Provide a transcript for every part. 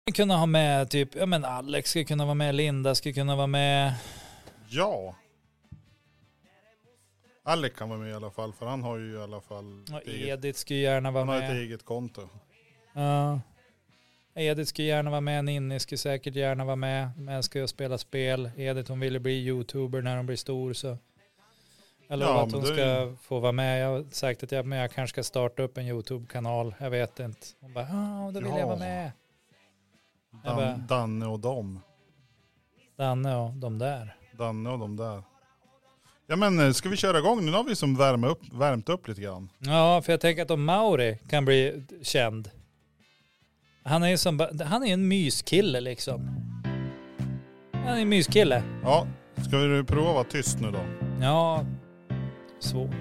Kunna ha med typ, ja men Alex ska kunna vara med, Linda ska kunna vara med. Ja. Alex kan vara med i alla fall, för han har ju i alla fall... Och Edith ska ju gärna vara med. Han med. har ett eget konto. Ja. Edith ska gärna vara med, Ninni ska säkert gärna vara med. Men ska ju spela spel. Edith, hon ville bli YouTuber när hon blir stor, så... Eller ja, att hon ska få vara med. Jag har sagt att jag kanske ska starta upp en YouTube-kanal. Jag vet inte. Hon bara, då vill jag vara med. Danne och dem. Danne och de där. Danne och de där. Ja men ska vi köra igång? Nu har vi som värmt upp lite grann. Ja, för jag tänker att om Mauri kan bli känd. Han är en myskille liksom. Han är en myskille. Ja, ska vi prova att vara tyst nu då? Ja, svårt.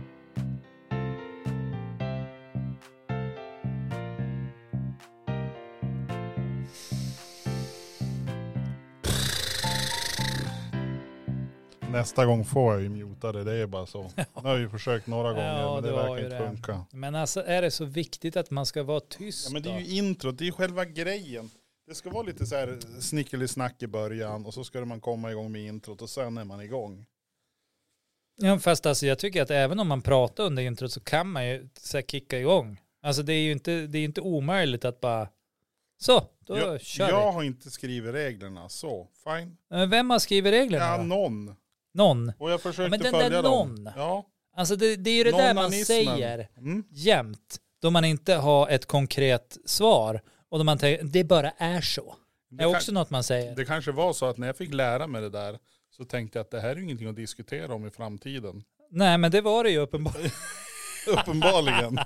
Nästa gång får jag ju muta det är bara så. Nu har vi försökt några gånger, men det verkar inte funka. Men alltså är det så viktigt att man ska vara tyst? Ja, men det är ju intro, det är ju själva grejen. Det ska vara lite så här snickeli-snack i början och så ska man komma igång med introt och sen är man igång. Ja, fast alltså jag tycker att även om man pratar under introt så kan man ju så här kicka igång. Alltså det är ju inte omöjligt att bara så, då kör vi. Jag har inte skrivit reglerna, så fine. Vem har skrivit reglerna? Ja, då? Någon. Och jag försökte följa dem. Men den där någon. Ja. Alltså det är ju det där man säger jämt. Då man inte har ett konkret svar. Och då man tänker, det bara är så. Det är också något man säger. Det kanske var så att när jag fick lära mig det där så tänkte jag att det här är ju ingenting att diskutera om i framtiden. Nej, men det var det ju uppenbarligen. Uppenbarligen.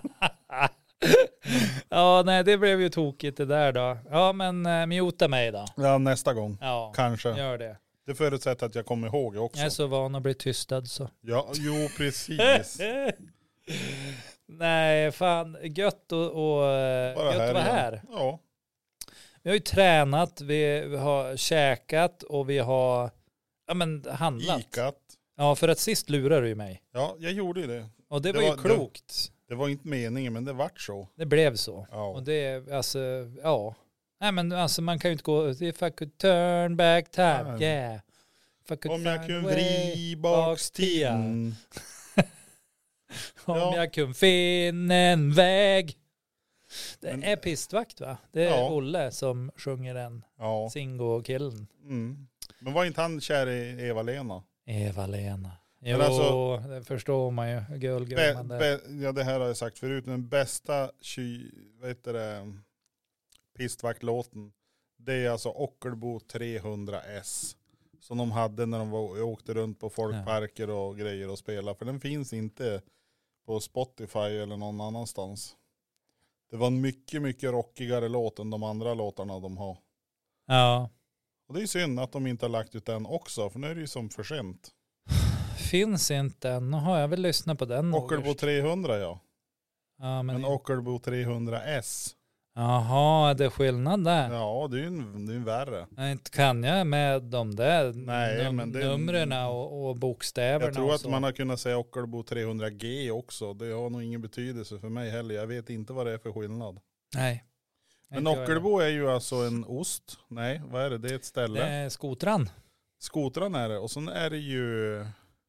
Ja, nej, det blev ju tokigt det där då. Ja, men muta mig då. Ja, nästa gång. Ja, kanske. Gör det. Det förutsätter att jag kommer ihåg också. Jag är så van att bli tystad så. Ja, jo, precis. Nej, fan, gött att vara här. Ja. Vi har ju tränat, vi har käkat och vi har handlat. Ikat. Ja, för att sist lurade du ju mig. Ja, jag gjorde ju det. Och det var ju klokt. Det var inte meningen, men det vart så. Det blev så. Ja. Och det, alltså, ja. Nej, men alltså man kan ju inte gå, if I could turn back time, yeah. Om jag kunde vribaks tiden. Om jag kunde finna en väg. Det är pistvakt va? Det är Olle som sjunger den. Ja. Singo-killen. Mm. Men var inte han kär i Eva-Lena? Eva-Lena. Jo, alltså, det förstår man ju. Gullgumman där. Ja, det här har jag sagt förut. Den bästa pistvaktlåten, det är alltså Ockelbo 300S. Som de hade när de åkte runt på folkparker och grejer och spela. För den finns inte på Spotify eller någon annanstans. Det var en mycket, mycket rockigare låt än de andra låtarna de har. Ja. Och det är synd att de inte har lagt ut den också. För nu är det ju som för sent. Finns inte än. Nu har jag väl lyssnat på den. Ockelbo 300 ja. Men Ockelbo 300S. Jaha, det är skillnad där. Ja, det är ju värre. Inte kan jag med de där numren och bokstäverna. Jag tror att man har kunnat säga Ockelbo 300G också. Det har nog ingen betydelse för mig heller. Jag vet inte vad det är för skillnad. Nej. Men Ockelbo är ju alltså en ost. Nej, vad är det? Det är ett ställe. Det är Skotran. Skotran är det. Och sen är det ju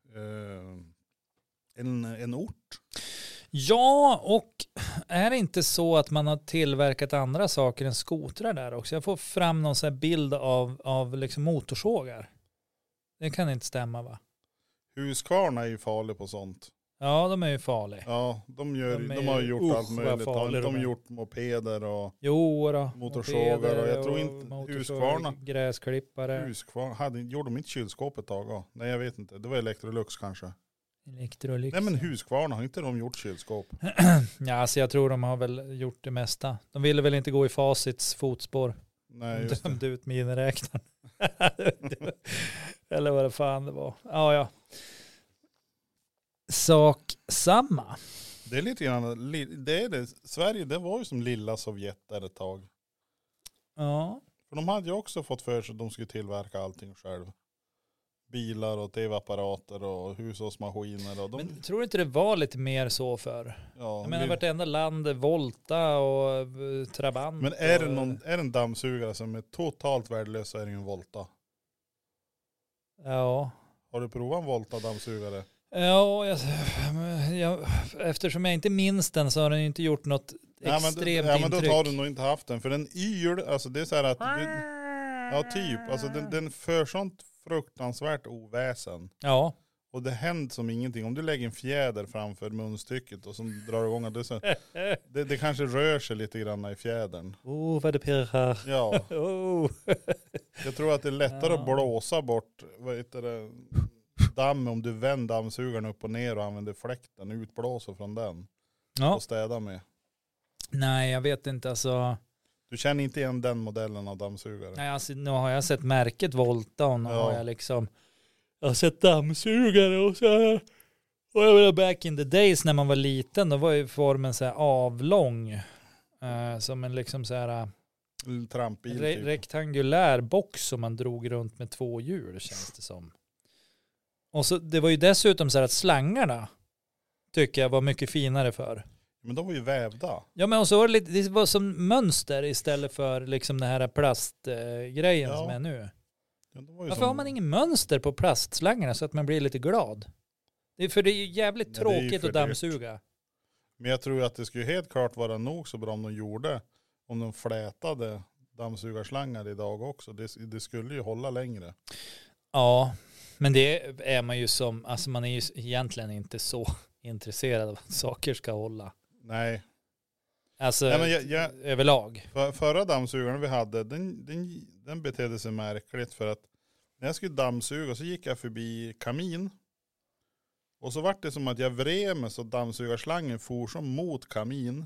en ort. Ja, och är det inte så att man har tillverkat andra saker än skotrar där också? Jag får fram någon sån här bild av liksom motorsågar. Det kan inte stämma va? Husqvarna är ju farliga på sånt. Ja, de är ju farliga. Ja, de har gjort allt möjligt. De har gjort mopeder och motorsågar. Och jag tror inte Husqvarna. Gräsklippare. Husqvarna gjorde de inte kylskåp ett tag? Ja. Nej, jag vet inte. Det var Electrolux kanske. Electrolux. Nej, men Husqvarna har inte de gjort kylskåp? Ja, alltså jag tror de har väl gjort det mesta. De ville väl inte gå i Facits fotspår. Nej, just det. Dömde ut miniräknaren. Eller vad det fan det var. Ja. Sak samma. Det är lite grann, det är det. Sverige, det var ju som lilla Sovjet där ett tag. Ja. För de hade ju också fått för sig att de skulle tillverka allting själv. bilar och tv-apparater och hushållsmaskiner. Och Men tror du inte det var lite mer så för? Ja, Jag menar vartenda land, Volta och Trabant. Men är det en dammsugare som är totalt värdelös så är det ju en Volta. Ja. Har du provat en Volta-dammsugare? Ja, eftersom jag inte minns den så har den inte gjort något extremt intryck. Men då har du nog inte haft den. För den yr, alltså det är så här att... ja, typ. Alltså den för sånt fruktansvärt oväsen. Ja. Och det händer som ingenting. Om du lägger en fjäder framför munstycket och som drar igång det kanske rör sig lite grann i fjädern. Vad det pirrar. Ja. Jag tror att det är lättare att blåsa bort damm om du vänder dammsugaren upp och ner och använder fläkten, utblåser från den. Ja. Och städa med. Nej, jag vet inte alltså. Du känner inte igen den modellen av dammsugare? Nej, alltså nu har jag sett märket Volta och nu har jag har sett dammsugare och så. Och jag menar back in the days när man var liten, då var ju formen så här avlång. Som en liksom så här trampbil typ. Rektangulär box som man drog runt med 2 hjul, känns det som. Och så det var ju dessutom så här att slangarna tycker jag var mycket finare för. Men de var ju vävda. Ja, men och så var det var som mönster istället för liksom den här plastgrejen som är nu. Ja, varför har man ingen mönster på plastslangarna så att man blir lite glad? För det är ju jävligt tråkigt att dammsuga. Men jag tror att det skulle helt klart vara nog så bra om de flätade dammsugarslangar idag också. Det skulle ju hålla längre. Ja, men det är man ju som, alltså man är ju egentligen inte så intresserad av att saker ska hålla. Nej. Alltså överlag. Förra dammsugaren vi hade, den betedde sig märkligt för att när jag skulle dammsuga så gick jag förbi kamin. Och så var det som att jag vred mig så dammsugarslangen for som mot kamin.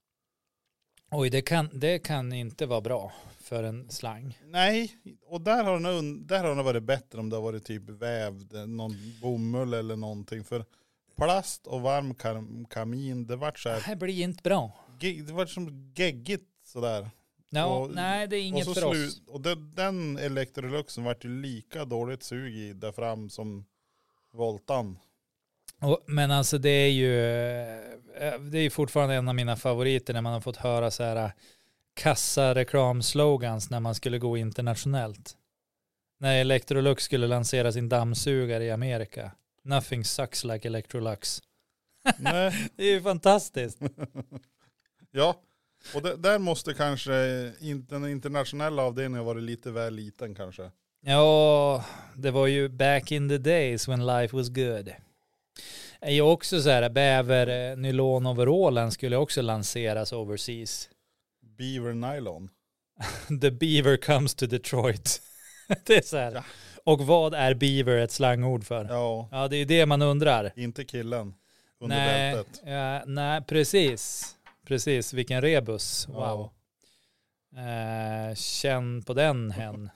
Oj, det kan inte vara bra för en slang. Nej, och där har det varit bättre om det har varit typ vävd, någon bomull eller någonting. För plast och varm kamin, det vart så här. Det här blir inte bra. Det vart som geggigt sådär. Ja, nej det är inget för oss. Och den Electroluxen vart ju lika dåligt sug i där fram som Voltan. Men alltså det är ju fortfarande en av mina favoriter när man har fått höra så här kassa-reklamslogans när man skulle gå internationellt. När Electrolux skulle lansera sin dammsugare i Amerika. Nothing sucks like Electrolux. Nej. Det är ju fantastiskt. Ja, och där måste kanske den internationella avdelningen vara lite väl liten kanske. Ja, det var ju back in the days when life was good. är ju också så här, bäver nylonoverallen skulle också lanseras overseas. Beaver nylon. The beaver comes to Detroit. Det är så här. Ja. Och vad är beaver ett slangord för? Ja. Ja, det är det man undrar. Inte killen under bältet. Nej, precis. Precis, vilken rebus. Wow. Ja. Känn på den hen.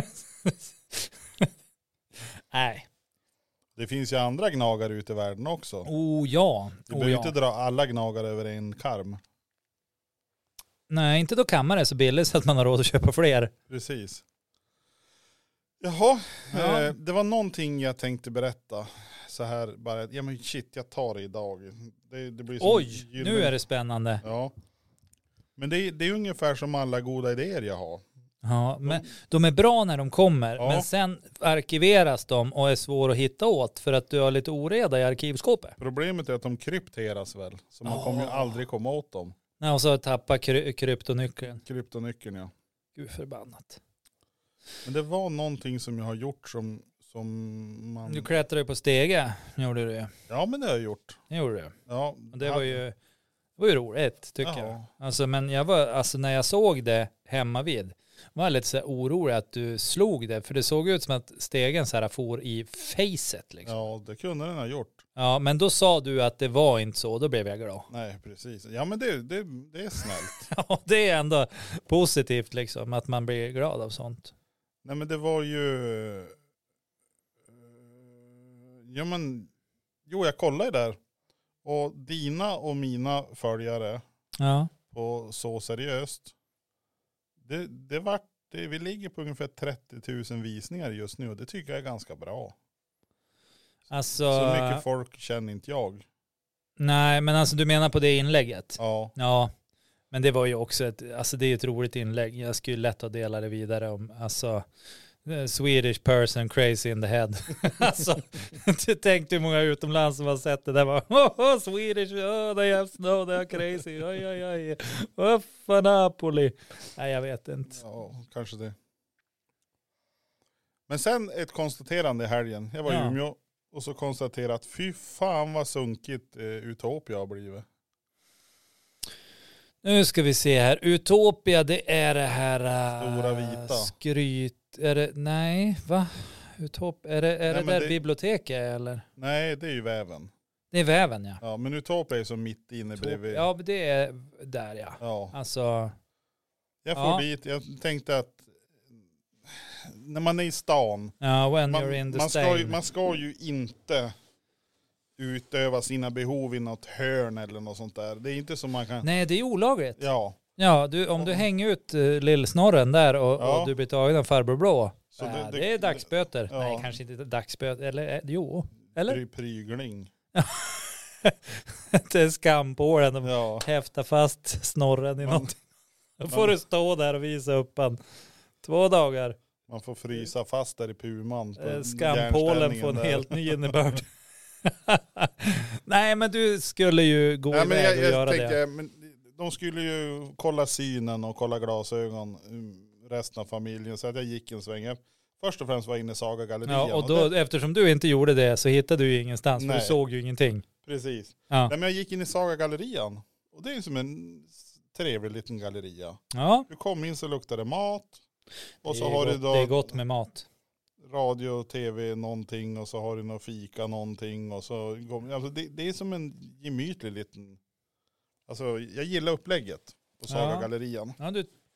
Nej. Det finns ju andra gnagare ute i världen också. Oh ja. Du behöver inte dra alla gnagare över en karm. Nej, inte då kammar det så billigt så att man har råd att köpa fler. Precis. Jaha, ja. Det var någonting jag tänkte berätta. Så här bara, ja men shit, jag tar det idag. Det blir oj, nu är det spännande. Ja. Men det är ungefär som alla goda idéer jag har. Ja, men de är bra när de kommer, ja. Men sen arkiveras de och är svår att hitta åt för att du har lite oreda i arkivskåpet. Problemet är att de krypteras väl, så man kommer ju aldrig komma åt dem. Nej, och så tappa kryptonyckeln. Kryptonyckeln, ja. Gud förbannat. Men det var någonting som jag har gjort som man... Du klättrade på stege, gjorde du. Ja, men det har jag gjort. Det gjorde du. Ja. Det var ju roligt, tycker jag. Alltså, men när jag såg det hemma vid var lite så orolig att du slog det. För det såg ut som att stegen så här for i facet. Liksom. Ja, det kunde den ha gjort. Ja, men då sa du att det var inte så. Då blev jag glad. Nej, precis. Ja, men det är snällt. Ja, det är ändå positivt liksom. Att man blir glad av sånt. Nej, men det var ju... Ja, men... Jo, jag kollade där. Och dina och mina följare på Så seriöst. Vi ligger på ungefär 30 000 visningar just nu och det tycker jag är ganska bra. Alltså, så mycket folk känner inte jag. Nej, men alltså du menar på det inlägget? Ja. Ja, men det var ju också det är ett roligt inlägg. Jag skulle lätt att dela det vidare om, alltså, Swedish person crazy in the head. Alltså, du tänkte hur många utomlands som har sett det där. Bara, Swedish, they have snow, they are crazy. Oj. Napoli. Nej, jag vet inte. Ja, kanske det. Men sen ett konstaterande i helgen. Jag var i Umeå och så konstaterade att fy fan vad sunkigt Utopia har blivit. Nu ska vi se här. Utopia, det är det här Stora vita. Skryt. Är det, nej, va? Är det där biblioteket eller? Nej, det är ju Väven. Det är Väven, ja. Ja, men Utopia är så mitt inne bredvid. Ja, det är där, ja. Ja. Alltså. Jag får dit, jag tänkte att när man är i stan. Ja, when you're in the stain. Man ska ju inte utöva sina behov i något hörn eller något sånt där. Det är inte som man kan. Nej, det är olagligt. Ja. Ja, om du hänger ut lillsnorren där och du blir tagen av farbror blå. Så det är dagsböter. Ja. Nej, kanske inte dagsböter. Eller jo. Eller? Prygling. Det är skam på den. De häftar fast snorren i någonting. Då får du stå där och visa upp han 2 dagar. Man får frysa fast där i puman. Skampålen får en helt ny innebörd. Nej, men du skulle ju gå iväg och göra det. Men de skulle ju kolla synen och kolla glasögon resten av familjen. Så att jag gick en sväng. Först och främst var jag inne i Saga-gallerian. Ja, och då, eftersom du inte gjorde det så hittade du ju ingenstans. För du såg ju ingenting. Precis. Ja. Nej, men jag gick in i Saga-gallerian. Och det är som en trevlig liten galleria. Ja. Du kom in så luktade det mat. Och så har du då det är gott med mat. Radio, tv, någonting. Och så har du någon fika, någonting. Och så, alltså det är som en gemytlig liten. Alltså jag gillar upplägget på Saga-gallerian. Ja,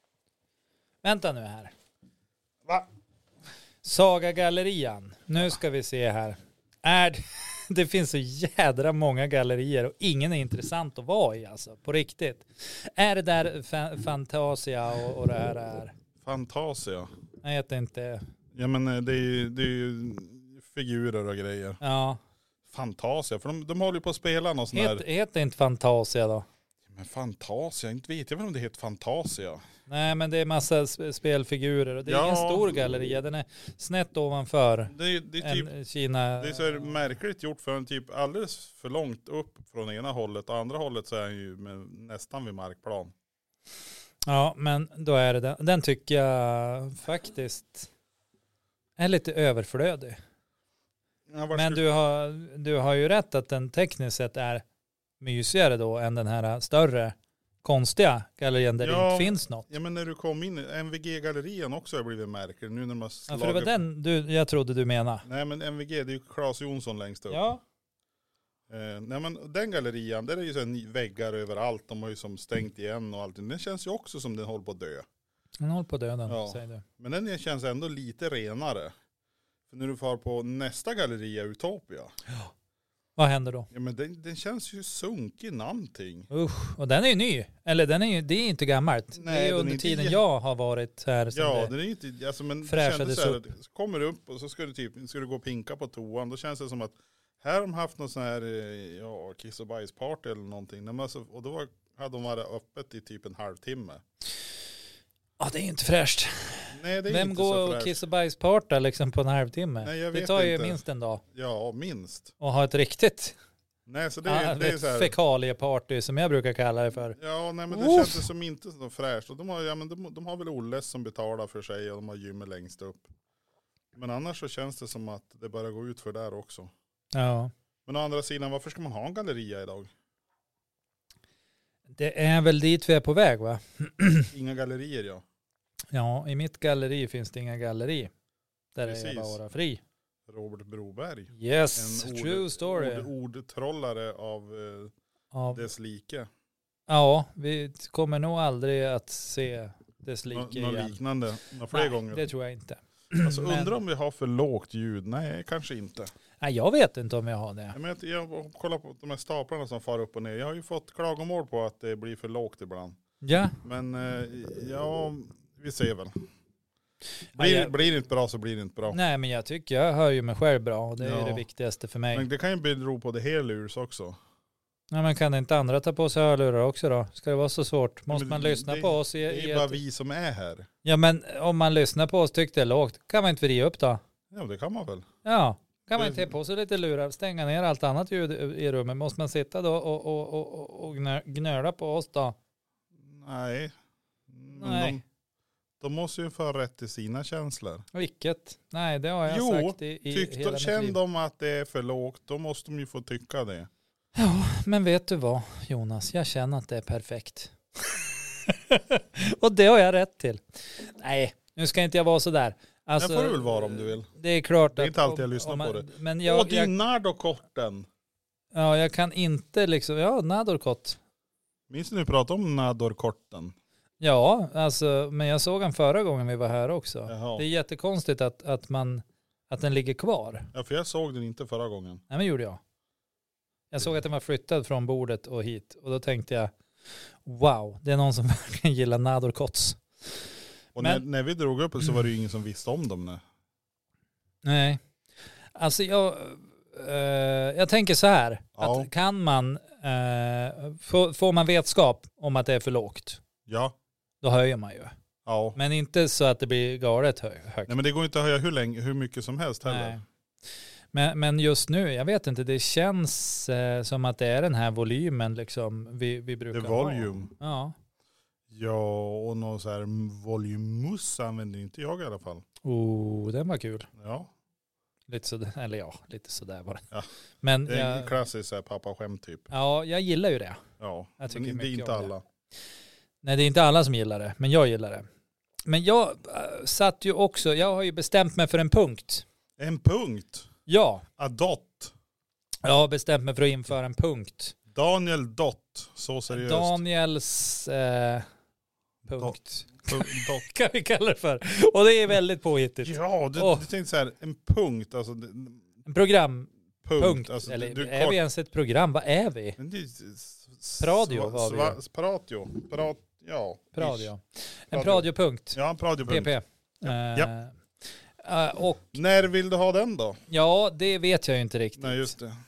vänta nu här. Va? Saga-gallerian. Nu ska vi se här. Det finns så jädra många gallerier och ingen är intressant att vara i, alltså, på riktigt. Är det där Fantasia och det här är? Fantasia? Jag vet inte. Ja, men det är ju figurer och grejer. Ja. Fantasia, för de håller ju på att spela någon sån här. Heter inte Fantasia då? Men Fantasia, inte vet jag väl om det heter Fantasia. Nej, men det är massa spelfigurer och det är ingen stor galleria, den är snett ovanför. Det är typ Kina. Det är så märkligt gjort för en typ alldeles för långt upp från ena hållet och andra hållet så är den ju nästan vid markplan. Ja, men då är det den tycker jag faktiskt är lite överflödig. Ja, men du har ju rätt att den tekniskt sett är mysigare då än den här större konstiga gallerien där det inte finns något. Ja, men när du kom in i MVG-gallerian också har blivit märkligt nu när man för det var den jag trodde du menade. Nej, men MVG, det är ju Claes Jonsson längst upp. Ja. Nej, men den gallerian, där är ju så väggar överallt. De har ju som stängt igen och allt. Den känns ju också som den håller på att dö. Den håller på att dö, säger du. Men den känns ändå lite renare. För när du får på nästa galleria, Utopia. Ja. Vad händer då? Ja, men den känns ju sunkig någonting. Usch, och den är ju ny. Eller det är inte gammalt. Nej, det är under tiden jag har varit här. Ja, den är inte, alltså, men fräschades upp. Så kommer du upp och så ska du gå och pinka på toan. Då känns det som att här har de haft någon sån här kiss och bajsparty eller någonting. Och då hade de varit öppet i typ en halvtimme. Ja, det är inte fräscht. Nej, det är vem inte går så och fräscht. kiss och bajsparta liksom på en halvtimme? Nej, jag vet det tar ju inte. minst en dag. Ja, minst. Och ha ett riktigt nej, så det är så här fekalieparty som jag brukar kalla det för. Ja, nej, men det känns som inte så fräscht. Och de har väl Olles som betalar för sig och de har gymmet längst upp. Men annars så känns det som att det bara går ut för där också. Ja. Men å andra sidan, varför ska man ha en galleria idag? Det är väl dit vi är på väg, va? Inga gallerier, ja. Ja, i mitt galleri finns det inga galleri. Där är jag bara fri. Robert Broberg. Yes, true story. Ordtrollare av dess like. Ja, vi kommer nog aldrig att se dess like igen. Något liknande, fler gånger. Det tror jag inte. Alltså undrar om vi har för lågt ljud. Nej, kanske inte. Nej, jag vet inte om jag har det. Men jag kollar på de här staplarna som far upp och ner. Jag har ju fått klagomål på att det blir för lågt ibland. Ja. Men vi ser väl. Blir det inte bra så blir det inte bra. Nej, men jag hör ju mig själv bra och det är det viktigaste för mig. Men det kan ju bero på det helurs också. Ja, men kan inte andra ta på sig hörlurar också då? Ska det vara så svårt? Måste man lyssna på oss det är bara vi som är här. Ja, men om man lyssnar på oss tyckte det är lågt, kan man inte vrida upp då? Ja, det kan man väl. Ja, kan man inte ta på sig lite lurar, stänga ner allt annat ljud i rummet? Måste man sitta då och gnöla på oss då? Nej. Nej. De måste ju få rätt till sina känslor. Vilket? Nej, det har jag sagt i hela mitt liv. Känn de att det är för lågt, då måste de ju få tycka det. Ja, men vet du vad, Jonas? Jag känner att det är perfekt. Och det har jag rätt till. Nej, nu ska inte jag vara så där. Alltså, det får du väl vara om du vill. Det är klart att... Det är inte alltid jag lyssnar på det. Men och din Nadorkorten. Ja, jag kan inte liksom... Ja, Nadorkott. Minns du prata om Nadorkorten? Ja, alltså, men jag såg den förra gången vi var här också. Jaha. Det är jättekonstigt att den ligger kvar. Ja, för jag såg den inte förra gången. Nej, men gjorde jag. Jag såg att den var flyttad från bordet och hit. Och då tänkte jag, wow, det är någon som verkligen gillar Nadorkotts. Och när vi drog upp det så var det ju ingen som visste om dem. Nej. Alltså jag tänker så här. Ja. Att kan man, får man vetskap om att det är för lågt. Ja. Då höjer man ju. Ja. Men inte så att det blir galet högt. Nej, men det går inte att höja hur mycket som helst heller. Nej. Men just nu, jag vet inte, det känns som att det är den här volymen liksom vi brukar ha. Det volume. Ja. Ja, och någon så här volumus använder inte jag i alla fall. Den var kul. Ja. Lite sådär var det. Ja. Men det är en klassisk pappa-skämt typ. Ja, jag gillar ju det. Ja, jag tycker men det är inte alla. Det. Nej, det är inte alla som gillar det, men jag gillar det. Men jag jag har ju bestämt mig för en punkt. En punkt? Ja. Adott. Jag har bestämt mig för att införa en punkt. Daniel Dott, så seriöst. Daniels punkt. Dott. Kan vi kalla det för. Och det är väldigt påhittigt. Ja, du tänkte så här, en punkt. Alltså, en programpunkt. Alltså, eller är vi ens ett program? Vad är vi? Pradio var vi. Pradio. En pradiopunkt. Ja, en pradiopunkt. PP. Ja. Och när vill du ha den då? Ja, det vet jag ju inte riktigt. Nej, just det.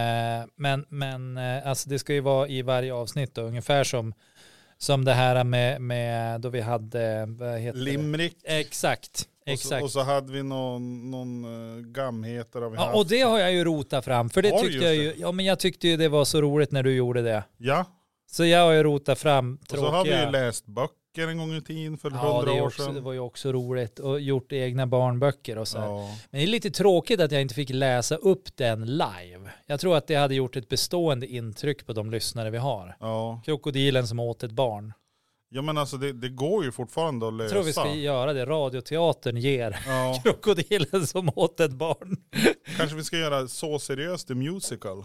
Men alltså det ska ju vara i varje avsnitt då, ungefär som det här med då vi hade, vad heter Limerick. Det? Exakt. Och så hade vi någon gamheter. Ja, och det har jag ju rotat fram, för det tyckte jag ju, ja men jag tyckte ju det var så roligt när du gjorde det. Ja. Så jag har ju rotat fram tråkiga. Och så har vi ju läst böcker en gång i tiden för 100 år sedan. Det var ju också roligt, och gjort egna barnböcker och så här. Ja. Men det är lite tråkigt att jag inte fick läsa upp den live. Jag tror att det hade gjort ett bestående intryck på de lyssnare vi har. Ja. Krokodilen som åt ett barn. Ja, men alltså det går ju fortfarande att lösa. Jag tror vi ska göra det. Radioteatern ger Krokodilen som åt ett barn. Kanske vi ska göra Så seriöst the musical.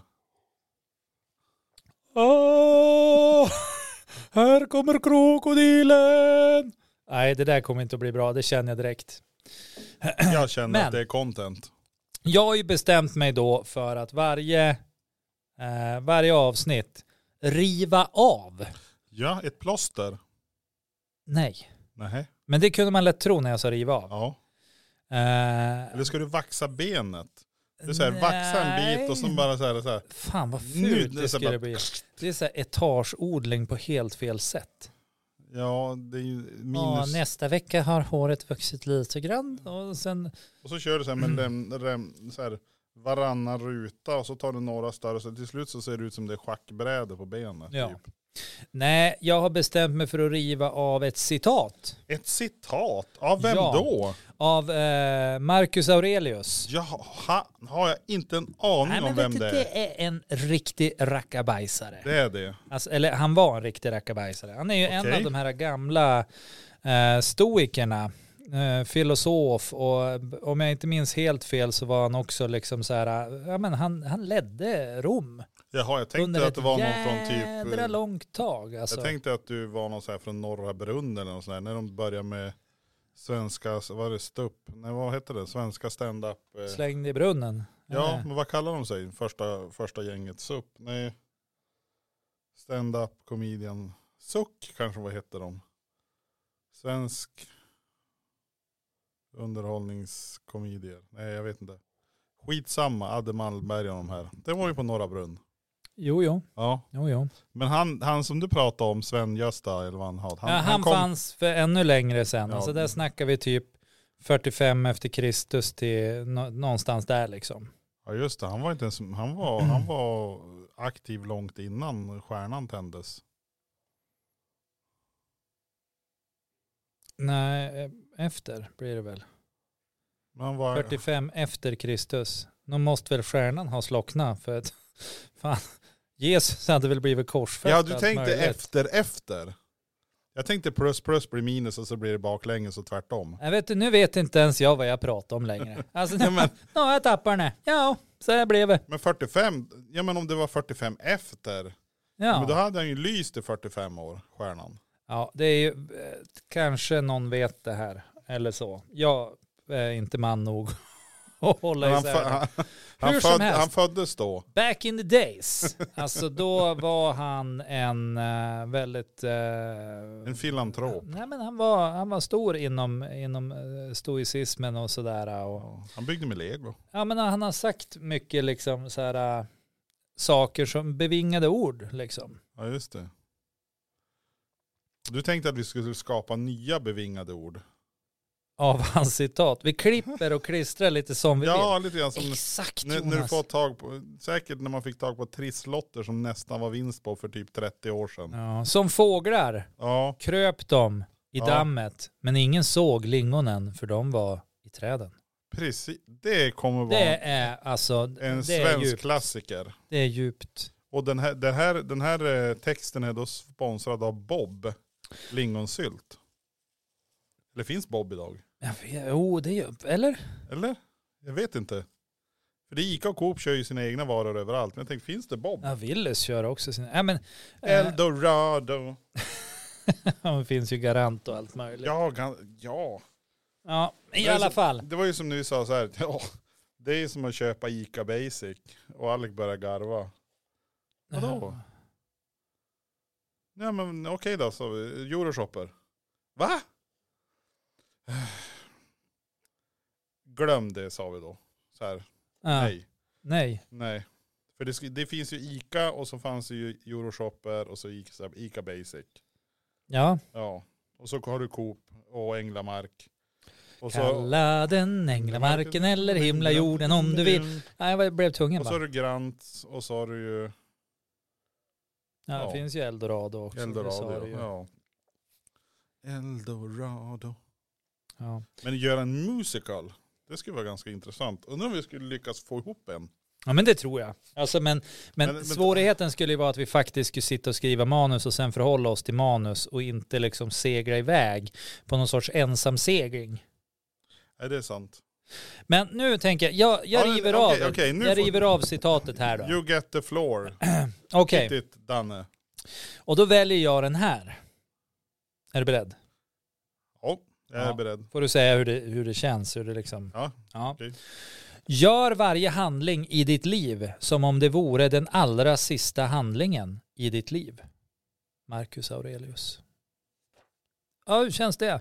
Här kommer krokodilen. Nej, det där kommer inte att bli bra. Det känner jag direkt. Jag känner att det är content. Jag har ju bestämt mig då för att varje avsnitt riva av. Ja, ett plåster. Nej. Nej. Men det kunde man lätt tro när jag sa riva av. Ja. Eller ska du vaxa benet? Du säger vaxa en bit och så bara så här. Fan vad fult det skulle bli. Det är så här etageodling på helt fel sätt. Ja, det är ju minus. Ja, nästa vecka har håret vuxit lite grann. Och så kör du så här med så här varannan ruta och så tar du några större. Så till slut så ser det ut som det är schackbräde på benet. Ja. Typ. Nej, jag har bestämt mig för att riva av ett citat. Ett citat? Av vem då? Av Marcus Aurelius. Jaha, har jag inte en aning om vem det är. Det är en riktig rackabajsare. Det är det. Alltså, eller han var en riktig rackabajsare. Han är ju en av de här gamla stoikerna. Filosof, och om jag inte minns helt fel så var han också liksom så här, ja men han ledde Rom. Jaha, jag tänkte att det var någon från typ... Jädra långt tag. Alltså. Jag tänkte att du var någon så här från Norra Brunnen eller något sånt där. När de började med svenska, vad är det, stupp? Nej, vad heter det? Svenska stand-up. Slängde i brunnen. Ja, men vad kallar de sig? Första gänget, SUP? Nej. Stand-up, comedian. Suck kanske, vad heter de? Svensk... underhållningskomedier. Nej, jag vet inte. Skitsamma, Adde Malmberg och de här. Det var ju på Norra Brunn. Jo. Ja. Jo. Men han som du pratade om, Sven-Gösta eller vad han hade. Han fanns för ännu längre sedan. Ja. Alltså där snackar vi typ 45 efter Kristus till någonstans där liksom. Ja just det, han var inte ens, han var aktiv långt innan stjärnan tändes. Nej, efter blir det väl. Men var 45 efter Kristus. Nu måste väl stjärnan ha slocknat för att fan, Jesus hade väl blivit korsfäst. Ja, du tänkte efter. Jag tänkte plus blir minus och så blir det baklänges och tvärtom. Jag vet, nu vet inte ens jag vad jag pratar om längre. Alltså, jag tappar den. Ja, så här blev det. Men 45, ja men om det var 45 efter. Ja. Men då hade han ju lyst i 45 år, stjärnan. Ja, det är ju, kanske någon vet det här. Eller så. Jag är inte man nog att hålla isär. Han föddes då. Back in the days. Alltså då var han en väldigt... en filantrop. Nej men han var stor inom stoicismen och sådär. Och, han byggde med lego. Ja men han har sagt mycket liksom såhär saker som bevingade ord liksom. Ja just det. Du tänkte att vi skulle skapa nya bevingade ord. Av hans citat. Vi klipper och klistrar lite som vi vill. Ja, lite grann som exakt, när du får tag på, säkert när man fick tag på trisslotter som nästan var vinst på för typ 30 år sedan. Ja, som fåglar kröp de i dammet. Men ingen såg lingonen för de var i träden. Precis, det kommer vara det är, alltså, en svensk klassiker. Det är djupt. Och den här texten är då sponsrad av Bob lingonsylt. Eller finns Bob idag? Jo, det gör, eller? Eller? Jag vet inte. För det Ica och Coop kör ju sina egna varor överallt. Men jag tänkte, finns det Bob? Ja, Willys kör också sina. Ja, men, Eldorado. Det finns ju Garant och allt möjligt. Ja, i alla fall. Det var ju som ni sa så här. Ja, det är som att köpa Ica Basic. Och Alec börjar garva. Vadå? Ja men okej då, så Euroshopper. Va? Glöm det, sa vi då. Så här. Nej. För det finns ju Ica och så fanns det ju Euroshopper och så Ica Basic. Ja. Ja. Och så har du Coop och Änglamark. Och kalla den Änglamarken eller himlajorden om du vill. Nej, jag blev tvungen. Och så har du Grant och så har du ju... Ja, det finns ju Eldorado också. Eldorado. Ja. Men göra en musical, det skulle vara ganska intressant. Undrar om vi skulle lyckas få ihop en. Ja men det tror jag. Alltså, men svårigheten skulle ju vara att vi faktiskt skulle sitta och skriva manus och sen förhålla oss till manus och inte liksom segla iväg på någon sorts ensam segling. Nej, det är sant. Men nu tänker jag river av citatet här då. You get the floor. Okej. Danne. Och då väljer jag den här. Är du beredd? Ja, jag är beredd. Får du säga hur det känns, hur det liksom. Ja. Okay. Gör varje handling i ditt liv som om det vore den allra sista handlingen i ditt liv. Marcus Aurelius. Ja, hur känns det?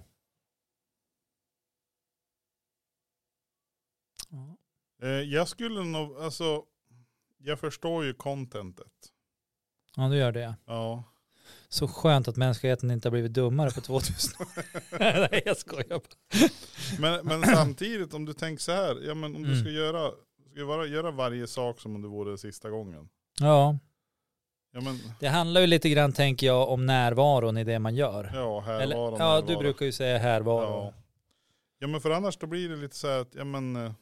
Jag skulle nog, alltså, jag förstår ju contentet. Ja, du gör det. Ja. Så skönt att mänskligheten inte har blivit dummare på 2000. Nej, jag skojar bara. Men samtidigt, om du tänker så här, ja men om du ska göra varje sak som om det vore sista gången. Ja. Ja men, det handlar ju lite grann, tänker jag, om närvaron i det man gör. Ja, härvaron. Ja, du brukar ju säga härvaron. Ja, men för annars då blir det lite så här att, ja men...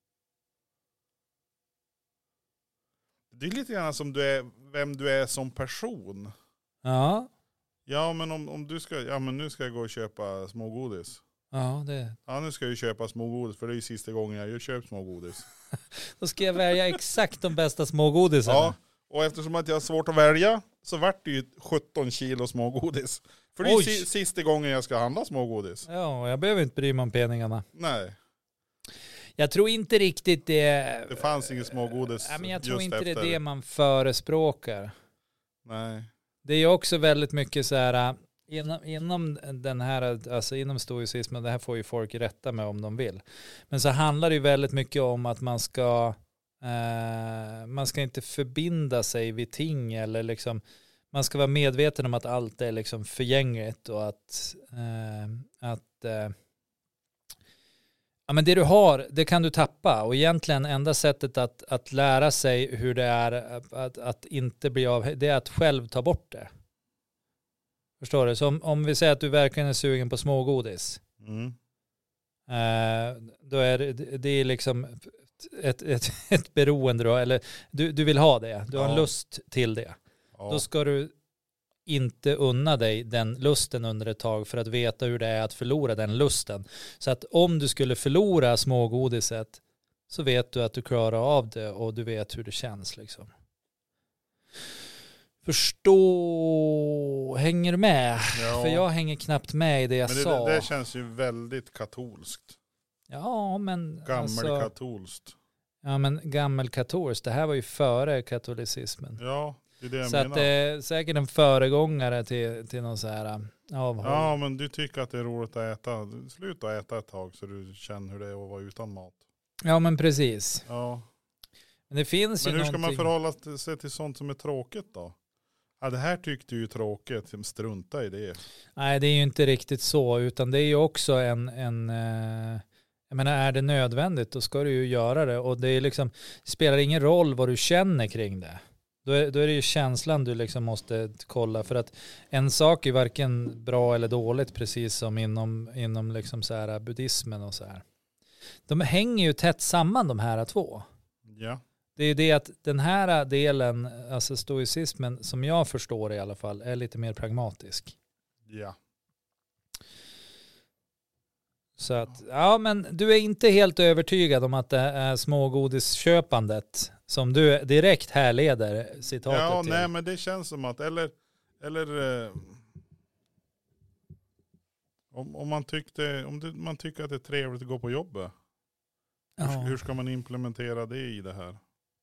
Det är lite grann som vem du är som person. Ja. Ja, men om du ska, ja men nu ska jag gå och köpa smågodis. Ja, det. Ja, nu ska jag ju köpa smågodis för det är ju sista gången jag köper smågodis. Då ska jag välja exakt de bästa smågodisarna. Ja, och eftersom att jag har svårt att välja så vart det ju 17 kilo smågodis. För det är ju sista gången jag ska handla smågodis. Ja, jag behöver inte bry mig om penningarna. Nej. Jag tror inte riktigt det... Det fanns inget smågodis. Ja, men jag tror inte det är det man förespråkar. Nej. Det är ju också väldigt mycket så här... inom den här, alltså inom stoicismen, det här får ju folk rätta med om de vill. Men så handlar det ju väldigt mycket om att man ska inte förbinda sig vid ting, eller liksom, man ska vara medveten om att allt är liksom förgängligt, och att ja, men det du har, det kan du tappa, och egentligen enda sättet att lära sig hur det är att inte bli av, det är att själv ta bort det. Förstår du? Så om vi säger att du verkligen är sugen på smågodis, då är det är liksom ett beroende då, eller du vill ha det, du har en lust till det. Ja. Då ska du inte unna dig den lusten under ett tag för att veta hur det är att förlora den lusten. Så att om du skulle förlora smågodiset, så vet du att du klarar av det, och du vet hur det känns liksom. Förstå, hänger du med? Ja. För jag hänger knappt med i det jag sa. Men det känns ju väldigt katolskt. Ja, men gammelkatolskt. Ja, men gammelkatolskt. Det här var ju före katolicismen. Ja, det är det jag så menar. Att det är säkert en föregångare till någon så här avhåll. Ja, men du tycker att det är roligt att äta. Sluta äta ett tag så du känner hur det är att vara utan mat. Ja, men precis. Ja. Men det finns ju hur ska man förhålla sig till sånt som är tråkigt då? Ja, det här tyckte ju tråkigt. Strunta i det. Nej, det är ju inte riktigt så. Utan det är ju också jag menar, är det nödvändigt, då ska du ju göra det. Och det är liksom, det spelar ingen roll vad du känner kring det. Då är det ju känslan du liksom måste kolla. För att en sak är varken bra eller dåligt, precis som inom liksom så här buddhismen och så här. De hänger ju tätt samman, de här två. Ja. Det är ju det att den här delen, alltså stoicismen, som jag förstår i alla fall, är lite mer pragmatisk. Ja. Så att, ja, men du är inte helt övertygad om att det är smågodisköpandet som du direkt härleder citatet till. Ja, nej, men det känns som att, eller om man tycker att det är trevligt att gå på jobbet, hur ska man implementera det i det här?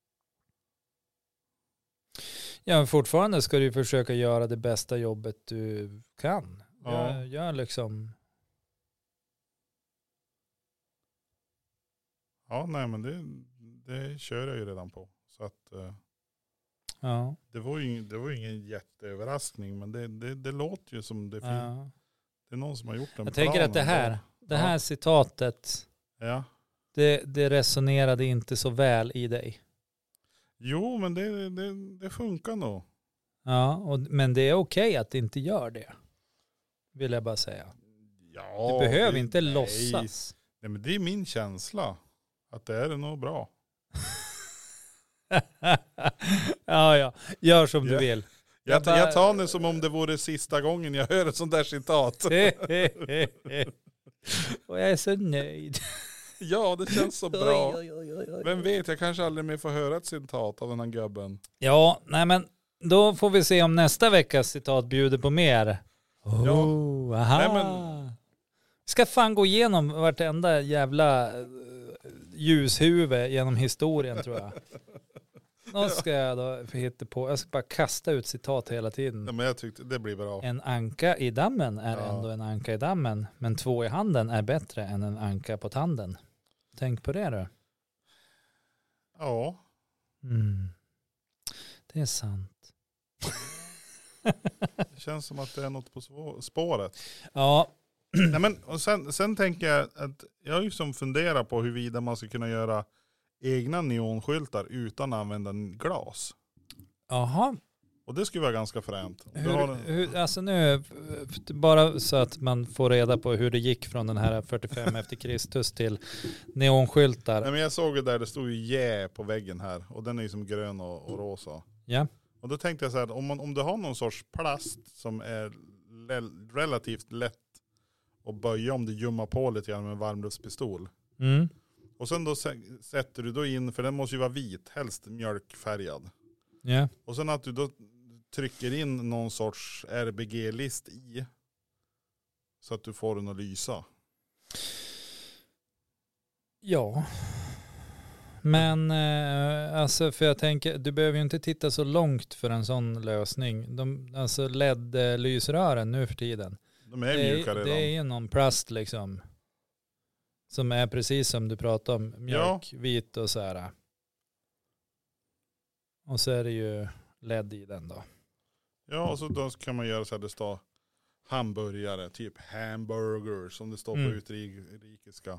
Ja, men fortfarande ska du försöka göra det bästa jobbet du kan. Ja. Gör liksom... Ja, nej, men det kör jag ju redan på. Så att ja. Det var ju ingen jätteöverraskning, men det låter ju som det finns. Det är någon som har gjort en plan. Jag tänker att det här citatet, det resonerade inte så väl i dig. Jo, men det funkar nog. Ja, men det är okej att det inte gör det. Vill jag bara säga. Ja, du behöver inte låtsas. Nej, men det är min känsla. Att det är nog bra. ja. Gör som du vill. Jag tar det som om det vore sista gången jag hör ett sånt där citat. Och jag är så nöjd. Ja, det känns så bra. Vem vet, jag kanske aldrig mer får höra ett citat av den här gubben. Ja, nej, men då får vi se om nästa veckas citat bjuder på mer. Aha. Nej, men... Ska fan gå igenom vartenda jävla ljushuvud genom historien, tror jag. Då ska jag då hitta på. Jag ska bara kasta ut citat hela tiden. Ja, men jag tyckte det blir bra. En anka i dammen är ändå en anka i dammen. Men 2 i handen är bättre än en anka på tanden. Tänk på det då. Ja. Det är sant. Det känns som att det är något på spåret. Ja. Nej, men, och sen tänker jag att jag ju som funderar på huruvida man ska kunna göra egna neonskyltar utan att använda glas. Jaha. Och det skulle vara ganska fränt. Alltså nu, bara så att man får reda på hur det gick från den här 45 efter Kristus till neonskyltar. Nej, men jag såg det stod ju på väggen här. Och den är ju som grön och rosa. Ja. Och då tänkte jag så här, om du har någon sorts plast som är relativt lätt att böja om du gömmer på lite grann med en varmluftspistol. Och sen då sätter du då in, för den måste ju vara vit, helst mjölkfärgad. Ja. Och sen att du då trycker in någon sorts RBG-list i. Så att du får den att lysa. Ja. Men alltså för jag tänker, du behöver ju inte titta så långt för en sån lösning. Alltså LED-lysrören nu för tiden. De är mjuka redan. Det är ju någon plast liksom. Som är precis som du pratade om. Mjölkvit och så här. Och så är det ju LED i den då. Ja, och så då kan man göra så här, det står hamburgare, typ hamburger som det står på utrikiska.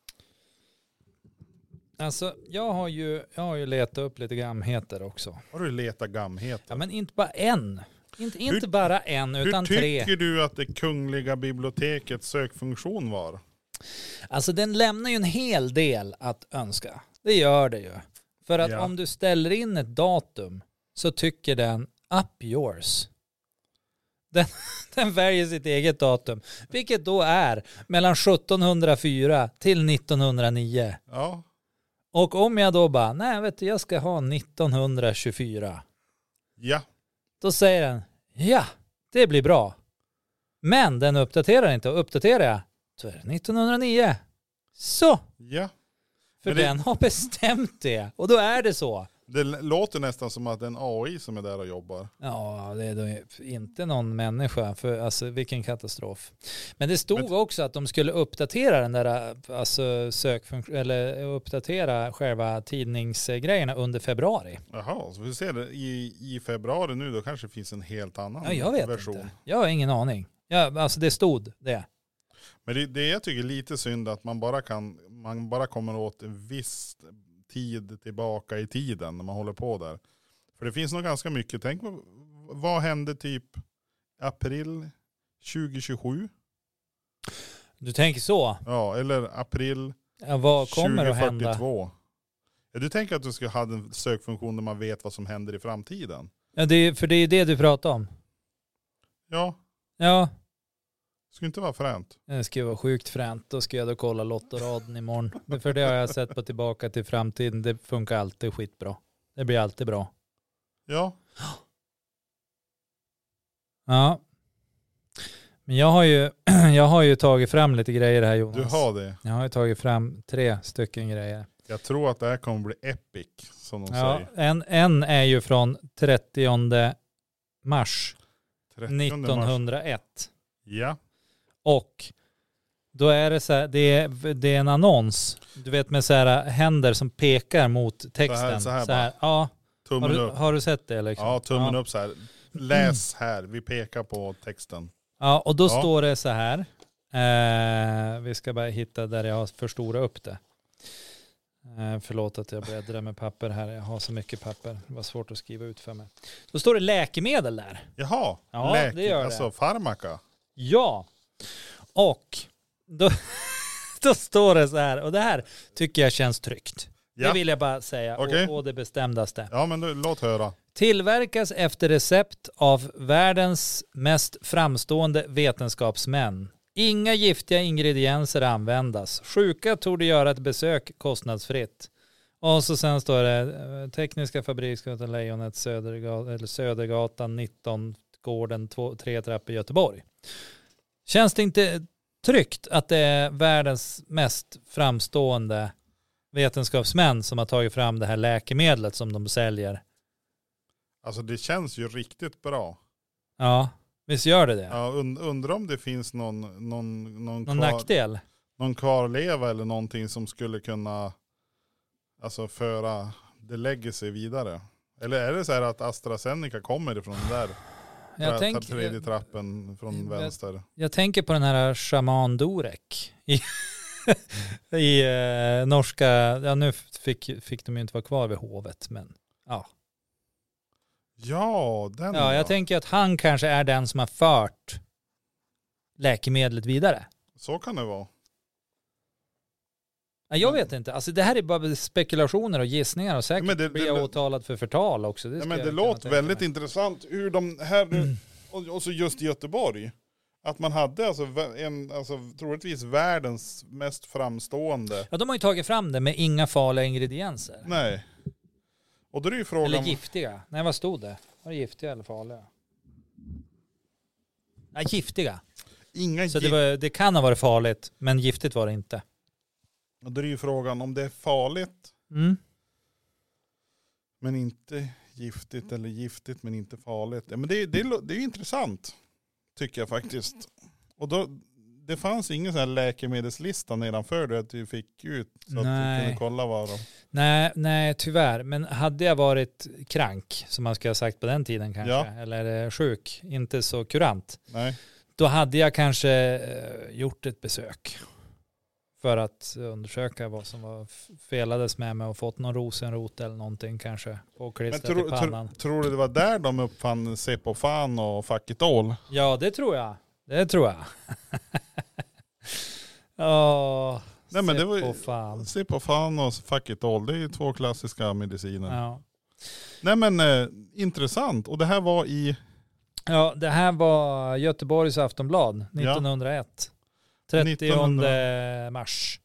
Alltså jag har ju letat upp lite gamheter också. Har du letat gamheter? Ja, men inte bara en. Inte bara en utan tre. Hur tycker du att det Kungliga bibliotekets sökfunktion var? Alltså den lämnar ju en hel del att önska. Det gör det ju. För att om du ställer in ett datum så tycker den up yours. Den väljer sitt eget datum. Vilket då är mellan 1704 till 1909. Ja. Och om jag då bara, nej vet du, jag ska ha 1924. Ja. Då säger den, ja, det blir bra. Men den uppdaterar inte, och uppdaterar jag, så är det 1909. Så. Ja. För den har bestämt det. Och då är det så. Det låter nästan som att det är en AI som är där och jobbar. Ja, det är då inte någon människa. För alltså vilken katastrof. Men det stod också att de skulle uppdatera den där alltså eller uppdatera själva tidningsgrejerna under februari. Jaha, så vi ser det i februari nu, då kanske det finns en helt annan jag vet version. Inte. Jag har ingen aning. Alltså det stod det. Men det jag tycker är lite synd att man bara kommer åt en viss tid tillbaka i tiden när man håller på där. För det finns nog ganska mycket. Tänk vad hände typ april 2027? Du tänker så? Ja, eller april vad kommer 2042. att hända? Ja, du tänker att du ska ha en sökfunktion där man vet vad som händer i framtiden? Ja, för det är det du pratar om. Ja. Ja. Det skulle inte vara fränt. Det skulle vara sjukt fränt. Då ska jag då kolla lottoraden imorgon. För det har jag sett på Tillbaka till framtiden. Det funkar alltid skitbra. Det blir alltid bra. Ja. Ja. Men jag har ju tagit fram lite grejer här, Jonas. Du har det? Jag har ju tagit fram 3 stycken grejer. Jag tror att det här kommer bli epic, som de säger. En är ju från 30 mars Mars. 1901. Ja. Och då är det så här, det är en annons, du vet, med så här händer som pekar mot texten. Så här ja. Tummen upp. Har du sett det liksom? Ja, tummen upp så här. Läs här, vi pekar på texten. Ja, och då står det så här. Vi ska bara hitta där jag har förstorat upp det. Förlåt att jag bläddrar med papper här. Jag har så mycket papper. Det var svårt att skriva ut för mig. Då står det läkemedel där. Jaha, ja, det gör det. Alltså farmaka. Ja, och då står det så här. Och det här tycker jag känns tryggt. Ja. Det vill jag bara säga. Okay. Och det bestämdaste. Ja, men låt höra. Tillverkas efter recept av världens mest framstående vetenskapsmän. Inga giftiga ingredienser användas. Sjuka torde göra ett besök kostnadsfritt. Och så sen står det Tekniska fabriksgatan Lejonet Södergatan 19 gården 3 trappor Göteborg. Känns det inte tryggt att det är världens mest framstående vetenskapsmän som har tagit fram det här läkemedlet som de säljer? Alltså det känns ju riktigt bra. Ja, visst gör det? Ja, undrar om det finns någon nackdel? Någon kvarleva eller någonting som skulle kunna alltså föra det legacy vidare. Eller är det så här att AstraZeneca kommer ifrån den där tredje trappen från vänster? Jag tänker på den här Shaman Durek i norska, ja nu fick de ju inte vara kvar vid hovet, men ja. Ja, den. Ja, jag tänker att han kanske är den som har fört läkemedlet vidare. Så kan det vara. Jag vet inte. Alltså det här är bara spekulationer och gissningar och säkert blir jag åtalad för förtal också. Men det låter väldigt intressant hur de här och så just i Göteborg att man hade alltså troligtvis världens mest framstående. Ja, de har ju tagit fram det med inga farliga ingredienser. Nej. Och då är det ju frågan... Eller giftiga. Nej, vad stod det? Var det giftiga eller farliga? Nej, giftiga. Så det kan ha varit farligt, men giftigt var det inte. Och då är det ju frågan om det är farligt men inte giftigt, eller giftigt men inte farligt. Ja, men det är ju intressant, tycker jag faktiskt. Och då, det fanns ingen sån här läkemedelslista nedanför det att du fick ut så att du kunde kolla vad de... Nej, tyvärr. Men hade jag varit krank, som man skulle ha sagt på den tiden kanske, eller sjuk, inte så kurant, då hade jag kanske gjort ett besök för att undersöka vad som var felades med mig och fått någon rosenrot eller någonting kanske på klistret i pannan. Tror du det var där de uppfann Cepofan och Fakitol? Ja, det tror jag. Nej, men det var ju Cepofan och Fakitol, det är ju 2 klassiska mediciner. Ja. Nej men intressant. Och det här var i... Ja, det här var Göteborgs Aftonblad 1901. 30 mars.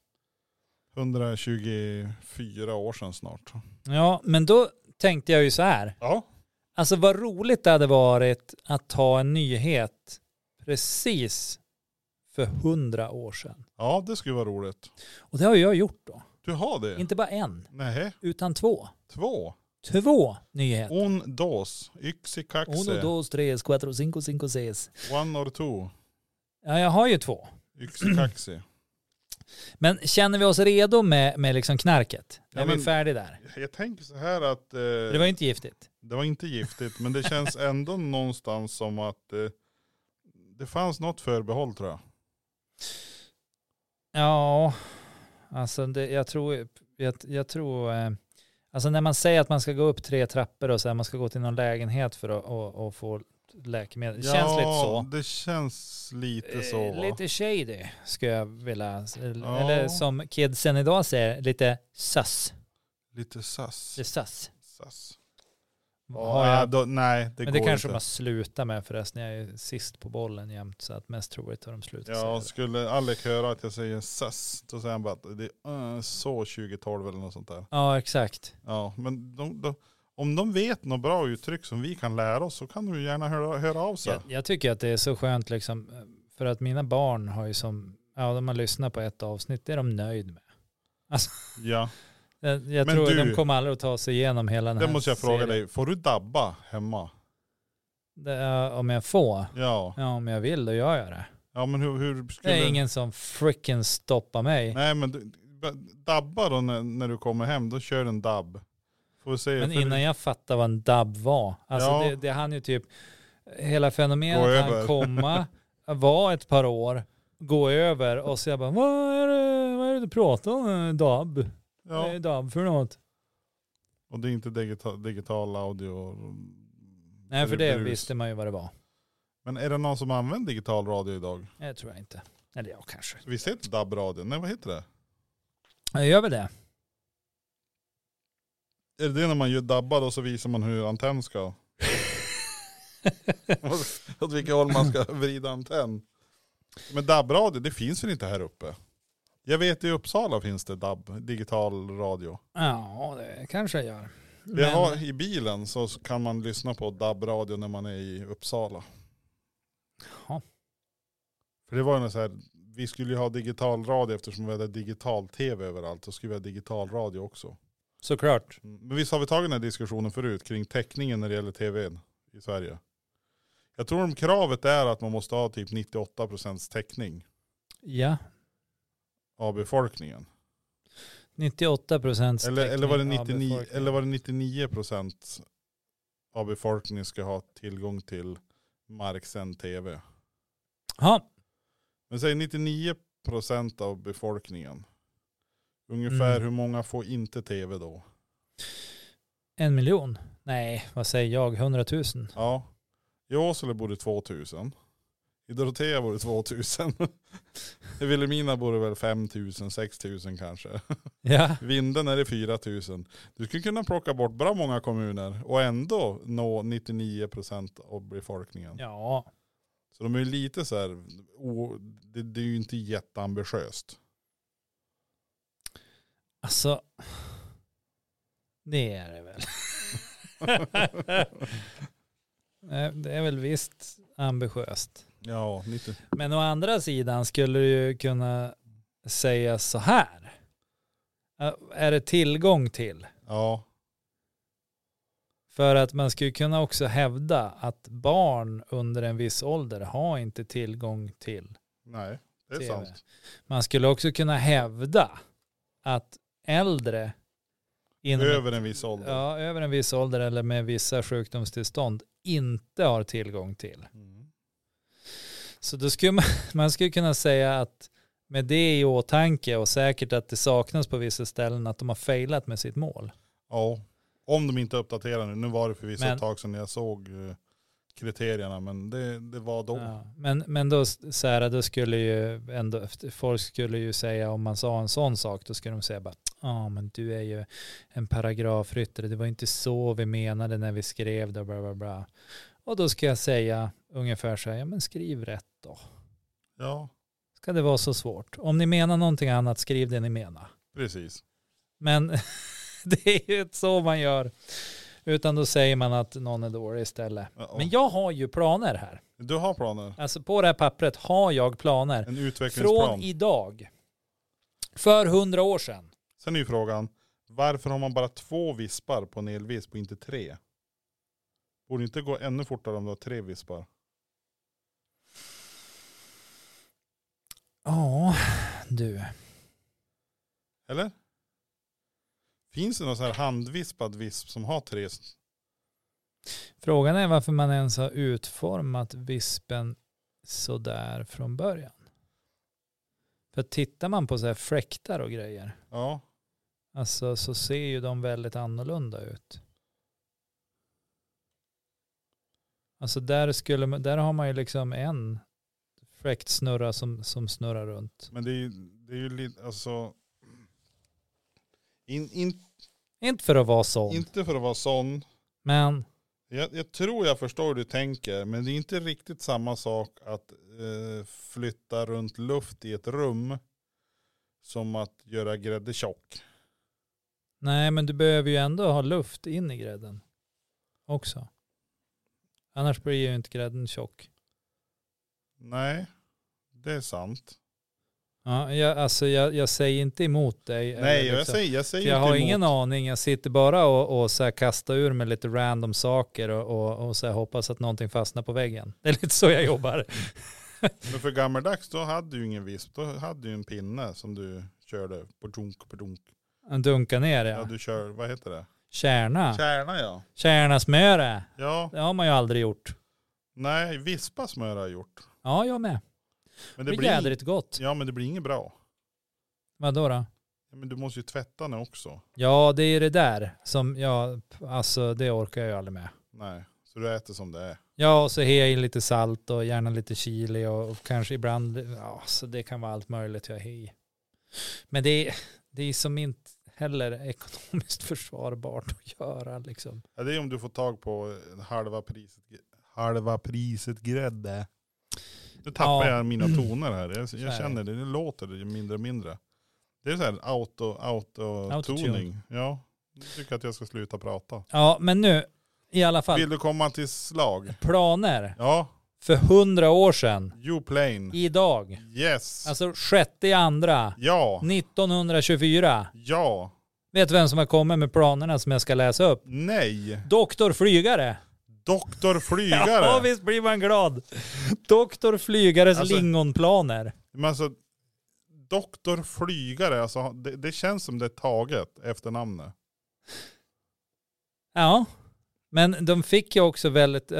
124 år sedan snart. Ja, men då tänkte jag ju så här. Ja. Alltså vad roligt det hade varit att ta en nyhet precis för 100 år sedan. Ja, det skulle vara roligt. Och det har jag gjort då. Du har det? Inte bara en. Nej. Utan 2. 2 nyheter. Un, dos, yxi, kaxe. 1, 2, 3, 4, 5, 5, 6. 1 or 2. Ja, jag har ju 2. Yxi, kaxe. Men känner vi oss redo med liksom knarket? Är vi färdiga där? Jag tänker så här att... det var inte giftigt. Det var inte giftigt, men det känns ändå någonstans som att det fanns något förbehåll, tror jag. Ja, alltså jag tror alltså när man säger att man ska gå upp 3 trappor och så här, man ska gå till någon lägenhet för att få läkemedel. Det känns lite så. Det känns lite så. Lite shady skulle jag vilja. Ja. Eller som kidsen idag säger, lite sus. Lite sus. Det är sus. Nej, det men går det kanske inte. man slutar med förresten. Jag är sist på bollen jämt, så att mest troligt har de slutat. Ja, skulle Alec höra att jag säger sus, då säger han bara att det är så 2012 eller något sånt där. Ja, exakt. Ja, men om de vet något bra uttryck som vi kan lära oss, så kan du gärna höra av sig. Jag tycker att det är så skönt liksom, för att mina barn har ju de har lyssnat på ett avsnitt, det är de nöjd med. Alltså, ja. Jag tror att de kommer aldrig att ta sig igenom hela den här. Det måste jag fråga dig. Får du dabba hemma? Om jag får? Ja. Ja, om jag vill då gör jag det. Ja, men hur skulle... Det är ingen som freaking stoppar mig. Nej, men dabba då när du kommer hem. Då kör en dabb. Får se. Men innan jag fattar vad en dabb var. Alltså det hann ju typ... Hela fenomenet han komma, var ett par år, gå över och så jag bara, vad är det du pratar om? Dabb? Ja. Vad är dabb för något? Och det är inte digital audio? Nej, för det visste man ju vad det var. Men är det någon som använder digital radio idag? Det tror jag inte. Eller jag kanske. Visst heter det DAB-radio? Nej, vad heter det? Jag gör väl det. Är det när man gör dabbar och så visar man hur antenn ska... åt vilka håll man ska vrida antenn. Men DAB-radio, det finns väl inte här uppe? Jag vet i Uppsala finns det DAB, digital radio. Ja, det kanske jag gör. I bilen så kan man lyssna på DAB-radio när man är i Uppsala. Ja. För det var ju så här, vi skulle ju ha digital radio eftersom vi hade digital tv överallt. Så skulle vi ha digital radio också. Såklart. Men visst har vi tagit den här diskussionen förut kring täckningen när det gäller tvn i Sverige. Jag tror om kravet är att man måste ha typ 98% täckning. Ja. Av befolkningen. 98% täckning eller var det 99, eller var det 99% av befolkningen ska ha tillgång till marksänd tv? Ja. Men säg 99% av befolkningen. Ungefär hur många får inte tv då? 1 miljon? Nej, vad säger jag? 100 000? Ja. I Åsele bor det 2000. I Dorotea bor det 2000. I Vilhelmina bor det väl 5000, 6000 kanske. Ja. Vinden är det 4000. Du skulle kunna plocka bort bra många kommuner och ändå nå 99% av befolkningen. Ja. Så de är ju lite så här, det är ju inte jätteambitiöst. Alltså, det är det väl. Det är väl visst ambitiöst. Ja, 90. Men å andra sidan skulle du ju kunna säga så här. Är det tillgång till? Ja. För att man skulle kunna också hävda att barn under en viss ålder har inte tillgång till Nej, det är TV. sant. Man skulle också kunna hävda att äldre över en viss ålder. Ja, över en viss ålder eller med vissa sjukdomstillstånd inte har tillgång till. Så då skulle man skulle kunna säga att med det i åtanke och säkert att det saknas på vissa ställen att de har failat med sitt mål. Ja, om de inte uppdaterar nu. Nu var det för vissa tag sedan jag såg kriterierna, men det var då. Ja, men då, så här, då skulle ju ändå, folk skulle ju säga, om man sa en sån sak, då skulle de säga bara, men du är ju en paragrafryttare, det var inte så vi menade när vi skrev det, bla bla bla. Och då ska jag säga ungefär så här, ja men skriv rätt då. Ja. Ska det vara så svårt? Om ni menar någonting annat, skriv det ni menar. Precis. Men det är ju inte så man gör. Utan då säger man att någon är dålig istället. Men jag har ju planer här. Du har planer? Alltså på det här pappret har jag planer. En utvecklingsplan. Från idag. För 100 år sedan. Sen är ju frågan, varför har man bara 2 vispar på en elvisp och inte 3? Borde inte gå ännu fortare om du har 3 vispar? Ja, du. Eller? Finns det någon sån här handvispad visp som har 3? Frågan är varför man ens har utformat vispen så där från början. För tittar man på så här fläktar och grejer. Ja. Alltså så ser ju de väldigt annorlunda ut. Alltså där har man ju liksom en fläktsnurra som snurrar runt. Men det är ju lite, alltså... Inte för att vara sån. Inte för att vara sån. Men... Jag tror jag förstår hur du tänker. Men det är inte riktigt samma sak att flytta runt luft i ett rum som att göra grädde tjock. Nej, men du behöver ju ändå ha luft in i grädden också. Annars blir ju inte grädden tjock. Nej, det är sant. Ja, jag säger inte emot dig. Nej, jag säger jag inte har emot. ingen aning. Jag sitter bara och så här kastar ur med lite random saker och så här hoppas att någonting fastnar på väggen. Det är lite så jag jobbar. Men för gammaldags då hade du ingen visp. Då hade du en pinne som du körde på dunk. En dunka ner, ja. Ja, du kör, vad heter det? Kärna. Kärna, ja. Kärnasmöre. Ja. Det har man ju aldrig gjort. Nej, vispasmör har jag gjort. Ja, jag med. Men det blir jädrigt gott. Ja, men det blir inget bra. Vadå då? Ja, men du måste ju tvätta den också. Ja, det är det där som det orkar jag ju aldrig med. Nej, så du äter som det är. Ja, och så har jag i lite salt och gärna lite chili och kanske ibland, ja, så det kan vara allt möjligt jag har i. Men det är som inte heller ekonomiskt försvarbart att göra liksom. Ja, det är om du får tag på halva priset grädde. Nu tappar jag mina toner här. Jag känner det låter mindre och mindre. Det är så här auto-tuning. Ja, jag tycker att jag ska sluta prata. Ja, men nu i alla fall. Vill du komma till slag? Planer. Ja. För 100 år sedan. U-plane. Idag. Yes. Alltså 6/2. Ja. 1924. Ja. Vet du vem som har kommit med planerna som jag ska läsa upp? Nej. Doktor Flygare. Doktor Flygare? Ja, visst blir man glad. Doktor Flygares lingonplaner. Men alltså, Doktor Flygare, alltså, det känns som det är taget efter namnet. Ja, men de fick ju också väldigt,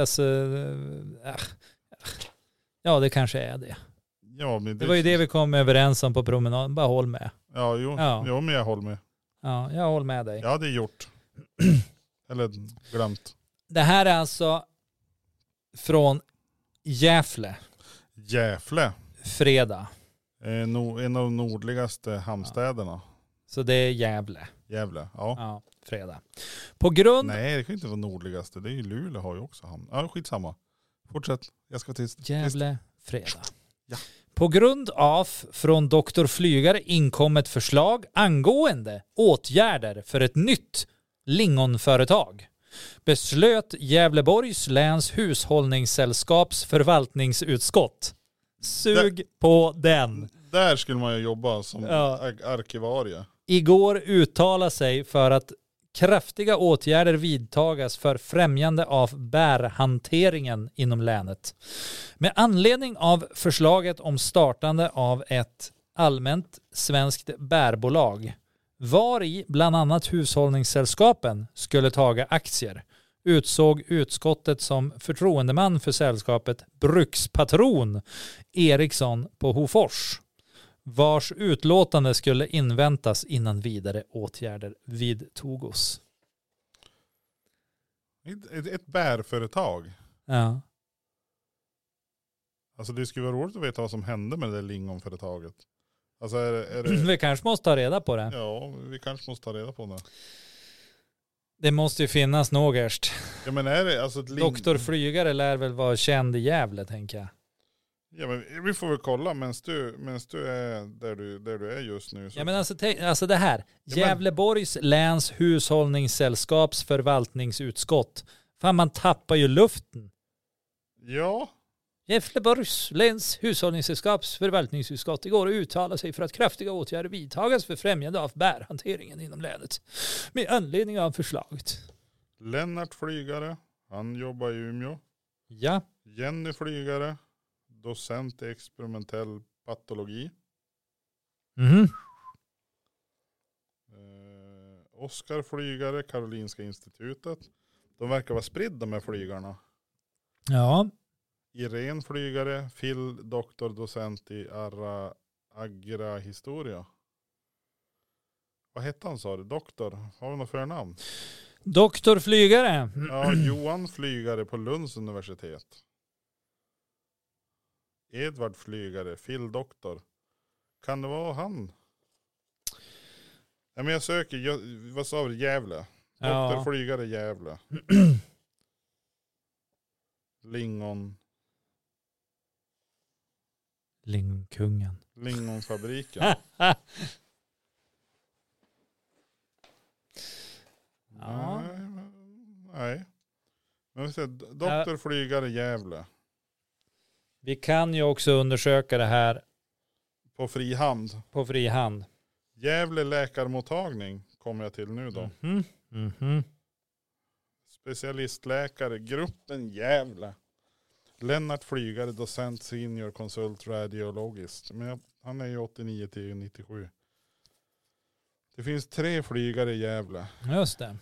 ja det kanske är det. Ja, men det var ju det vi kom överens om på promenaden, bara håll med. Ja, jo, men jag håller med. Ja, jag håller med dig. Ja, det är gjort. Eller glömt. Det här är alltså från Gävle. Gävle. Fredag. En av de nordligaste hamnstäderna. Så det är Gävle. Gävle, ja. Fredag. På grund... Nej, det kan inte vara nordligaste. Det är ju Luleå har ju också hamn. Ja, skitsamma. Fortsätt. Jag ska tyst. Gävle, fredag. Ja. På grund av från Doktor Flygare inkommet förslag angående åtgärder för ett nytt lingonföretag beslöt Gävleborgs läns hushållningssällskaps förvaltningsutskott. Sug på den. Där skulle man ju jobba som arkivarie. Igår uttalade sig för att kraftiga åtgärder vidtagas för främjande av bärhanteringen inom länet. Med anledning av förslaget om startande av ett allmänt svenskt bärbolag, var i bland annat hushållningssällskapen skulle taga aktier, utsåg utskottet som förtroendeman för sällskapet brukspatron Eriksson på Hofors, vars utlåtande skulle inväntas innan vidare åtgärder vidtogos. Ett bärföretag. Ja. Alltså det skulle vara roligt att veta vad som hände med det där lingonföretaget. Alltså är det... Vi kanske måste ta reda på det. Ja, vi kanske måste ta reda på det. Det måste ju finnas någerst. Ja, men är det alltså ett Doktor Flygare lär väl vara känd i Gävle, tänker jag. Ja, men vi får väl kolla medan du är där du är just nu. Så. Ja, men alltså det här. Gävleborgs läns hushållningssällskaps förvaltningsutskott. Fan, man tappar ju luften. Ja. Gävleborgs läns hushållningssällskaps förvaltningsutskott igår uttalar sig för att kraftiga åtgärder vidtagas för främjande av bärhanteringen inom länet. Med anledning av förslaget. Lennart Flygare, han jobbar i Umeå. Ja. Jenny Flygare, docent i experimentell patologi. Oskar Flygare, Karolinska institutet. De verkar vara spridda med flygarna. Ja. Irene Flygare, doktor, docent i agrahistoria. Vad hette han, sa du? Doktor? Har vi något förnamn? Doktor Flygare. Ja, Johan Flygare på Lunds universitet. Edvard Flygare, doktor. Kan det vara han? Ja, men jag söker, vad sa du, Gävle? Doktor Flygare, Gävle. Lingonkungen. Lingonfabriken. Ja. Nej. Men vi ser, doktor Flygare, Gävle. Vi kan ju också undersöka det här på fri hand. På fri hand. Gävle läkarmottagning kommer jag till nu då. Specialistläkare, gruppen Gävle. Lennart Flygare, docent, senior, konsult, radiologist. Men han är ju 89 till 97. Det finns 3 flygare i Gävle. Just det.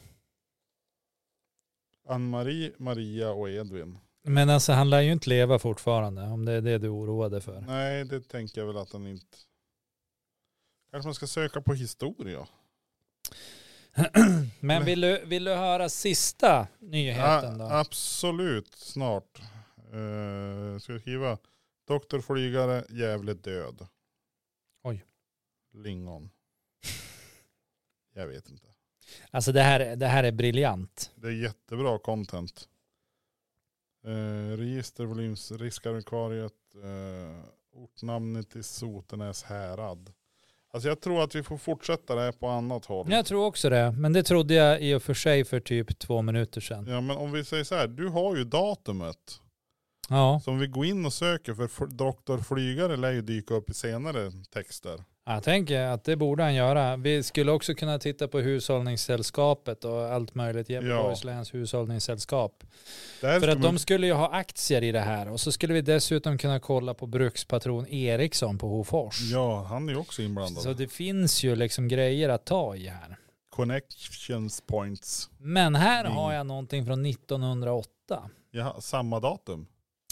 Ann-Marie, Maria och Edvin. Men alltså han lär ju inte leva fortfarande, om det är det du oroade för. Nej, det tänker jag väl att han inte... Kanske man ska söka på historia. Men vill du höra sista nyheten då? Absolut, snart. Ska jag skriva doktor Flygare, Gävle död. Oj. Lingon. Jag vet inte. Alltså det här är briljant. Det är jättebra content. Registervolyms, Riksarkivariet, ortnamnet i Sotenäs härad. Alltså jag tror att vi får fortsätta det här på annat håll. Jag tror också det. Men det trodde jag i och för sig för typ 2 minuter sedan. Ja, men om vi säger så här. Du har ju datumet. Ja. Så om vi går in och söker för doktor Flygare lär ju dyka upp i senare texter. Jag tänker att det borde han göra. Vi skulle också kunna titta på hushållningssällskapet och allt möjligt. Gävleborgs läns hushållningssällskap. För att de skulle ju ha aktier i det här. Och så skulle vi dessutom kunna kolla på brukspatron Eriksson på Hofors. Ja, han är ju också inblandad. Så det finns ju liksom grejer att ta i här. Connections points. Men här har jag någonting från 1908. Ja, samma datum.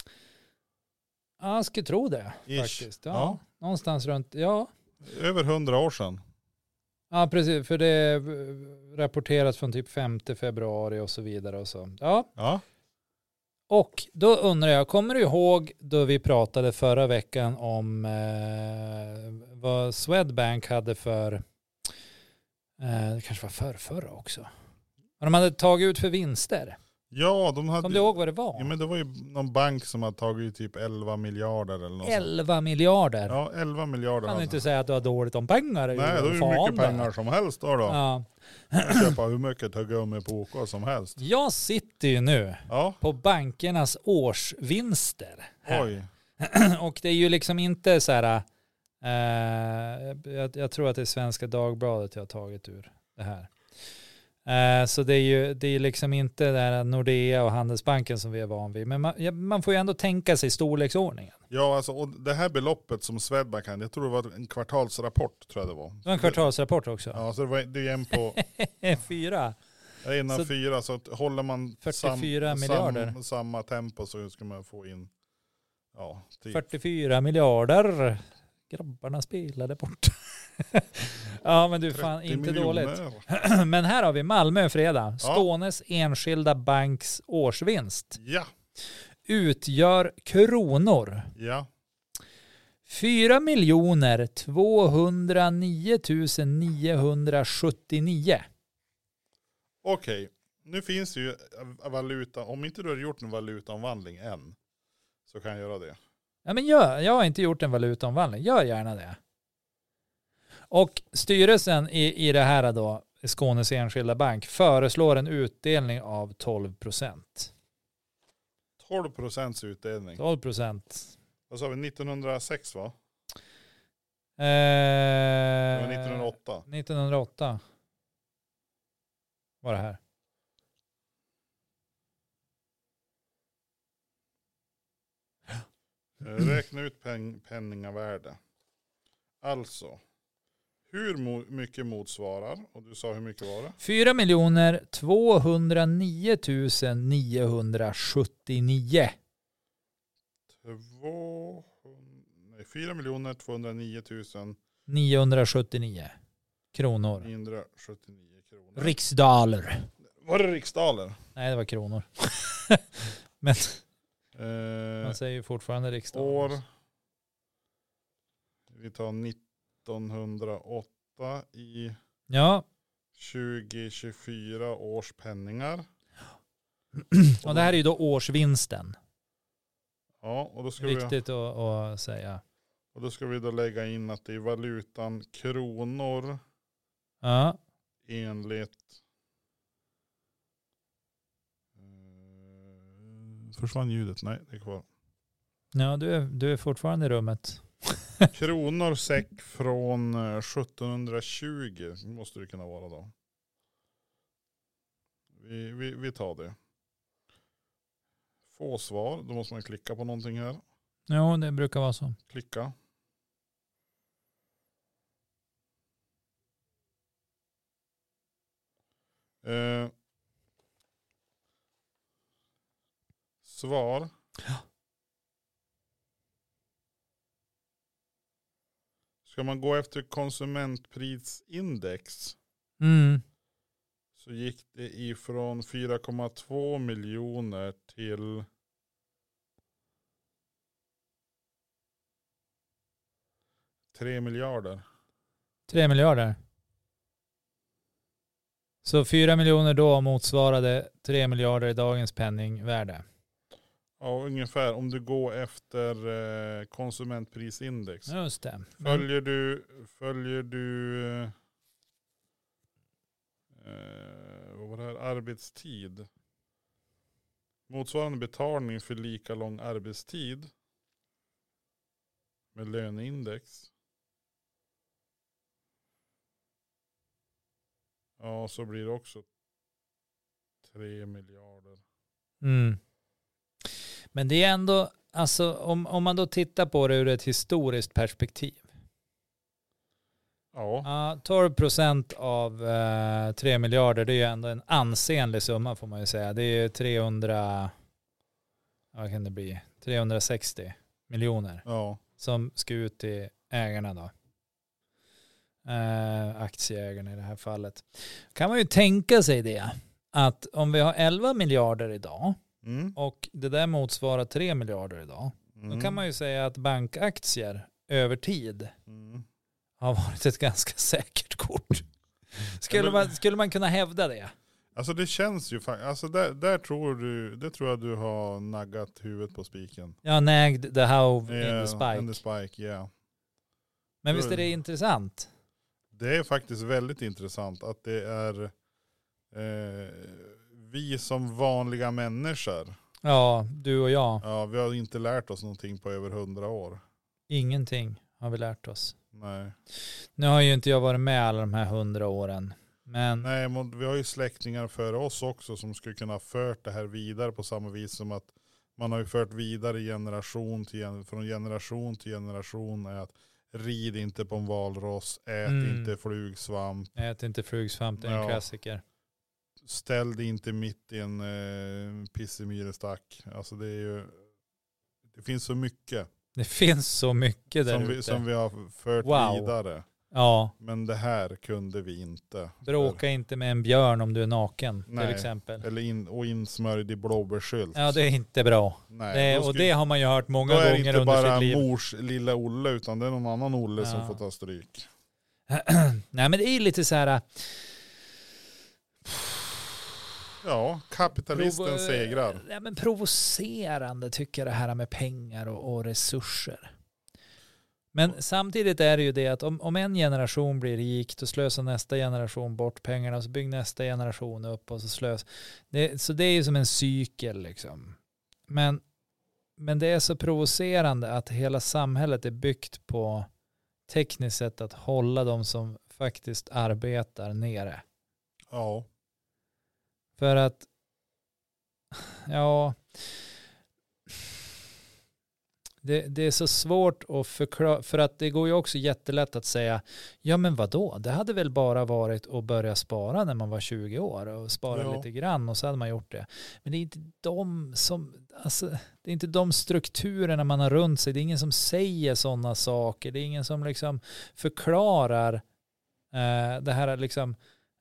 Ja, jag skulle tro det. Ish. Faktiskt. Ja. Någonstans runt, över 100 år sedan. Ja, precis. För det är rapporterat från typ 5 februari och så vidare. Och så. Ja. Och då undrar jag, kommer du ihåg då vi pratade förra veckan om vad Swedbank hade för, det kanske var förra också. Vad de hade tagit ut för vinster. Ja, de hade... Kom du ihåg vad det var? Ja, men det var ju någon bank som hade tagit typ 11 miljarder eller något. 11 miljarder? Ja, 11 miljarder. Kan du inte säga att du har dåligt om pengar? Nej, det är ju mycket pengar som helst då. Ja. Köpa hur mycket tuggummi på OK som helst. Jag sitter ju nu på bankernas årsvinster här. Oj. Och det är ju liksom inte så här, jag tror att det är Svenska Dagbladet jag har tagit ur det här. Så det är ju liksom inte det där Nordea och Handelsbanken som vi är van vid. Men man får ju ändå tänka sig storleksordningen. Ja, alltså, och det här beloppet som Swedbank hade, jag tror det var en kvartalsrapport, tror jag det var. Det var en kvartalsrapport också. Ja, så det är en på 4. En av 4, så att håller man 44 miljarder. Samma tempo så ska man få in typ 44 miljarder. Grabbarna spelade bort. Ja, men du, fan inte dåligt. Men här har vi Malmö fredag. Ja. Skånes enskilda banks årsvinst. Ja. Utgör kronor. Ja. 4 209 979. Okej, nu finns det ju valuta. Om inte du har gjort en valutaomvandling än, så kan jag göra det. Ja, men jag har inte gjort en valutaomvandling. Gör gärna det. Och styrelsen i det här då, Skånes enskilda bank, föreslår en utdelning av 12%. 12% utdelning. 12%. Vad sa vi, 1906 va? Det var 1908. 1908 var det här. Räkna ut penningvärde. Alltså, hur mycket motsvarar? Och du sa hur mycket var det? 4 209 979. 4 209 979 kronor. 979 kronor. Riksdaler. Var det riksdaler? Nej, det var kronor. Men man säger ju fortfarande riksdaler. År. Vi tar 1908 i 2024 års penningar. Och det här är ju då årsvinsten. Ja, och då ska viktigt att säga. Och då ska vi då lägga in att det är valutan kronor. Ja. Enligt försvann ljudet? Nej, det är kvar. Ja, du är fortfarande i rummet. Kronor säck från 1720 måste det kunna vara då. Vi tar det. Få svar, då måste man klicka på någonting här. Ja, det brukar vara så. Klicka. Svar. Ja. Ska man gå efter konsumentprisindex så gick det ifrån 4,2 miljoner till 3 miljarder. 3 miljarder. Så 4 miljoner då motsvarade 3 miljarder i dagens penningvärde. Ja, ungefär. Om du går efter konsumentprisindex. Just det. Följer du vad var det här? Arbetstid. Motsvarande betalning för lika lång arbetstid med löneindex. Ja, så blir det också 3 miljarder. Men det är ändå, alltså om man då tittar på det ur ett historiskt perspektiv. Ja. 12% av 3 miljarder, det är ju ändå en ansenlig summa får man ju säga. Det är ju 360 miljoner som ska ut till ägarna då. Aktieägarna i det här fallet. Kan man ju tänka sig det, att om vi har 11 miljarder idag och det där motsvarar 3 miljarder idag, då kan man ju säga att bankaktier över tid har varit ett ganska säkert kort. Skulle man kunna hävda det? Alltså det känns ju faktiskt, alltså det tror jag du har naggat huvudet på spiken. Ja, nagged the how in the spike. Yeah. Men visst är det intressant? Det är faktiskt väldigt intressant att det är vi som vanliga människor. Ja, du och jag. Ja, vi har inte lärt oss någonting på över 100 år. Ingenting har vi lärt oss. Nej. Nu har ju inte jag varit med alla de här 100 åren. Men nej, men vi har ju släktingar före oss också som skulle kunna ha fört det här vidare på samma vis som att man har ju fört vidare från generation till generation är att rid inte på en valross, ät inte flugsvamp. Ät inte flugsvamp, det är en klassiker. Ställ dig inte mitt i en pissemyrestack. Alltså det finns så mycket. Det finns så mycket där ute. Som vi har fört vidare. Ja. Men det här kunde vi inte. Bråka inte med en björn om du är naken, till exempel. Eller och insmörjd i blåbärssylt. Ja, det är inte bra. Nej, och det har man ju hört många gånger under sitt liv. Då är det inte bara mors lilla Olle, utan det är någon annan Olle som får ta stryk. Nej, men det är lite så här... Ja, kapitalisten segrar. Ja, men provocerande tycker jag det här med pengar och resurser. Men samtidigt är det ju det att om en generation blir rik, då slösar nästa generation bort pengarna, så bygger nästa generation upp och så slös. Så det är ju som en cykel liksom. Men det är så provocerande att hela samhället är byggt på tekniskt sett att hålla de som faktiskt arbetar nere. Ja. För att det är så svårt att förklara, för att det går ju också jättelätt att säga, ja men vadå, det hade väl bara varit att börja spara när man var 20 år och spara lite grann och så hade man gjort det. Men det är inte det är inte de strukturerna man har runt sig, det är ingen som säger sådana saker, det är ingen som liksom förklarar det här liksom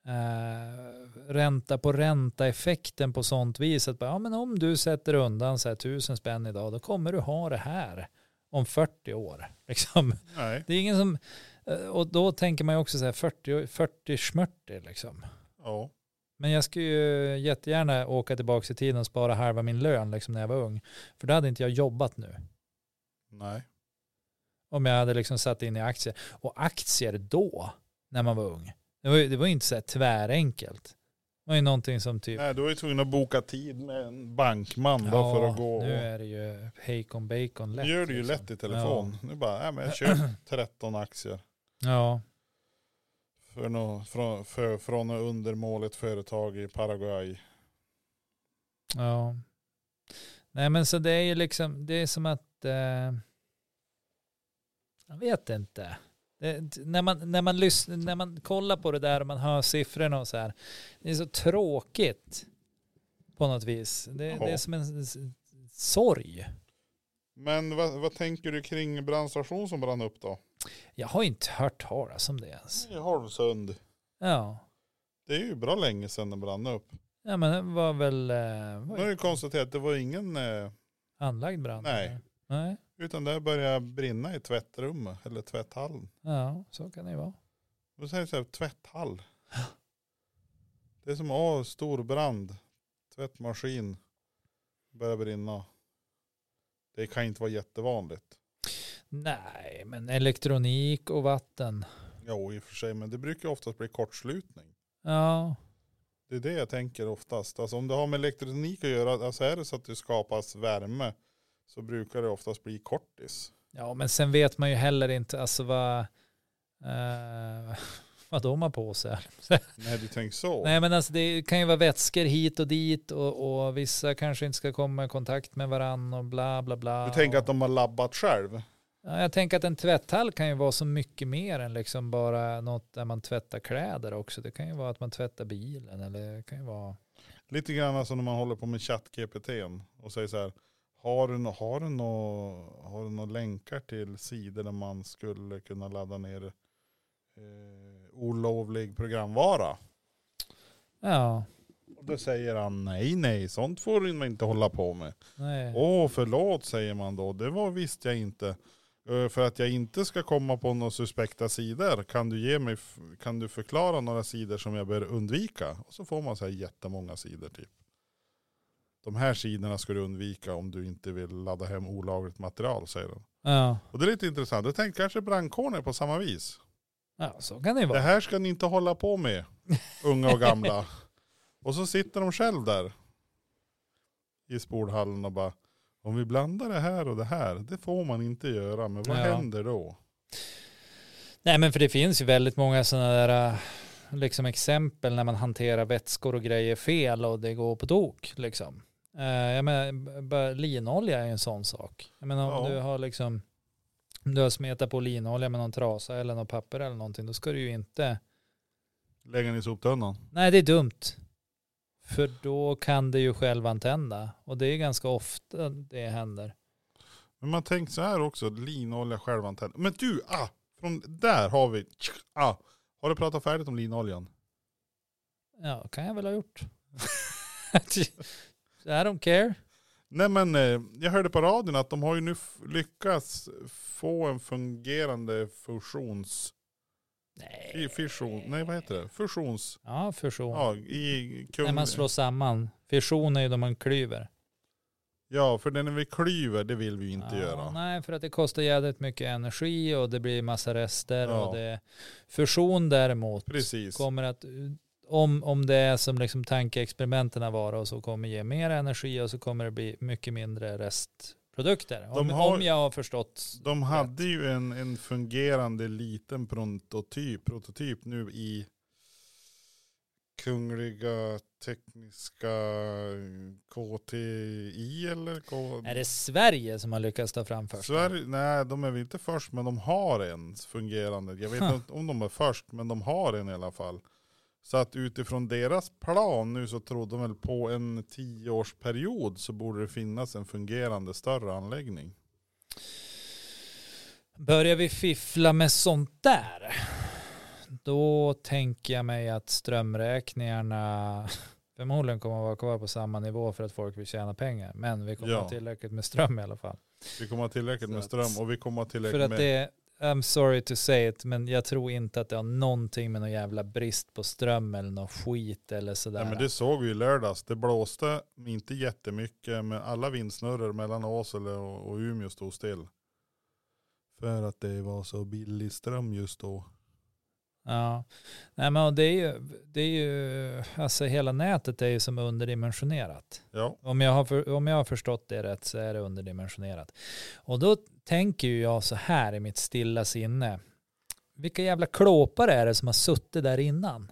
ränta på ränta-effekten på sånt vis att men om du sätter undan så här 1000 spänn idag, då kommer du ha det här om 40 år. Liksom. Nej. Det är ingen som, och då tänker man ju också så här 40 smörter liksom. Ja. Men jag skulle ju jättegärna åka tillbaka i tiden och spara halva min lön liksom när jag var ung. För då hade inte jag jobbat nu. Nej. Om jag hade liksom satt in i aktier. Och aktier då, när man var ung, det var inte så här tvärenkelt. Det var ju någonting som typ... Nej, du var ju tvungen att boka tid med en bankman då för att gå. Nu är det ju hejkon bacon lätt. Nu gör det ju lätt i telefon. Nu bara, men jag köper 13 aktier. Ja. Från undermåligt företag i Paraguay. Ja. Nej, men så det är ju liksom, det är som att jag vet inte. När man kollar på det där och man hör siffrorna och så här, det är så tråkigt på något vis. Det är som en sorg. Men vad tänker du kring brandstation som brann upp då? Jag har inte hört talas om det ens. I Holmsund. Ja. Det är ju bra länge sedan den brann upp. Ja, men det var väl... Nu har du konstaterat att det var ingen... anlagd brand? Nej. Utan det började brinna i tvättrummet eller tvätthallen. Ja, så kan det ju vara. Då säger jag så här, tvätthall. Det är som stor brand. Tvättmaskin börjar brinna. Det kan inte vara jättevanligt. Nej, men elektronik och vatten. Jo, i och för sig, men det brukar oftast bli kortslutning. Ja. Det är det jag tänker oftast. Alltså om det har med elektronik att göra, alltså är det så att det skapas värme, så brukar det oftast bli kortis. Ja, men sen vet man ju heller inte alltså vad de har på sig. Nej, du tänker så. Nej, men alltså det kan ju vara vätskor hit och dit och vissa kanske inte ska komma i kontakt med varann och bla bla bla. Du tänker att de har labbat själv? Ja, jag tänker att en tvätthall kan ju vara så mycket mer än liksom bara något där man tvättar kläder också. Det kan ju vara att man tvättar bilen eller det kan ju vara... Lite grann som när man håller på med ChatGPT och säger så här, har du några länkar till sidor där man skulle kunna ladda ner olovlig programvara? Ja. Och då säger han nej, sånt får du inte hålla på med. Nej. Förlåt, säger man då. Det visste jag inte. För att jag inte ska komma på några suspekta sidor, kan du förklara några sidor som jag bör undvika? Och så får man så här jättemånga sidor typ. De här sidorna ska du undvika om du inte vill ladda hem olagligt material, säger de. Ja. Och det är lite intressant. Jag tänkte kanske brandkåren är på samma vis. Ja, så kan det vara. Det här ska ni inte hålla på med, unga och gamla. Och så sitter de själv där i spolhallen och bara, om vi blandar det här och det här, det får man inte göra. Men vad händer då? Nej, men för det finns ju väldigt många sådana där liksom exempel när man hanterar vätskor och grejer fel och det går på tok liksom. Jag menar, linolja är en sån sak. Jag menar om du har liksom, om du har smetat på linolja med någon trasa eller någon papper eller någonting, då ska du ju inte lägga den i soptunnan. Nej, det är dumt. För då kan det ju själv antända. Och det är ganska ofta det händer. Men man tänker så här också, linolja självantänd. Men du, från där har vi, har du pratat färdigt om linoljan? Ja, kan jag väl ha gjort. I don't care. Nej men jag hörde på radion att de har ju nu lyckats få en fungerande fusions... Nej, vad heter det? Fusions... Ja, fusion. Ja, när man slår samman. Fission är ju då man klyver. Ja, för när vi klyver, det vill vi ju inte göra. Nej, för att det kostar jävligt mycket energi och det blir massa rester. Och det, fusion däremot kommer att, om det är som liksom tankeexperimenten var, och så kommer ge mer energi och så kommer det bli mycket mindre restprodukter. Om jag har förstått. De hade ju en fungerande liten prototyp nu i Kungliga Tekniska KTI eller? Är det Sverige som har lyckats ta fram först? Nej, de är väl inte först, men de har en fungerande. Jag vet inte om de är först, men de har en i alla fall. Så att utifrån deras plan nu så trodde de väl på en 10-årsperiod så borde det finnas en fungerande större anläggning. Börjar vi fiffla med sånt där, då tänker jag mig att strömräkningarna förmodligen kommer att vara kvar på samma nivå för att folk vill tjäna pengar. Men vi kommer att ha tillräckligt med ström i alla fall. Vi kommer att ha tillräckligt med ström och vi kommer att ha tillräckligt för att med... I'm sorry to say it, men jag tror inte att det har någonting med någon jävla brist på ström eller någon skit eller sådär. Nej, men det såg vi i lördags. Det blåste inte jättemycket, men alla vindsnurror mellan Åsele och Umeå stod still. För att det var så billig ström just då. Ja, nej men det är ju alltså hela nätet är ju som underdimensionerat. Ja. Om jag har förstått det rätt så är det underdimensionerat. Och då tänker ju jag så här i mitt stilla sinne. Vilka jävla klåpare är det som har suttit där innan?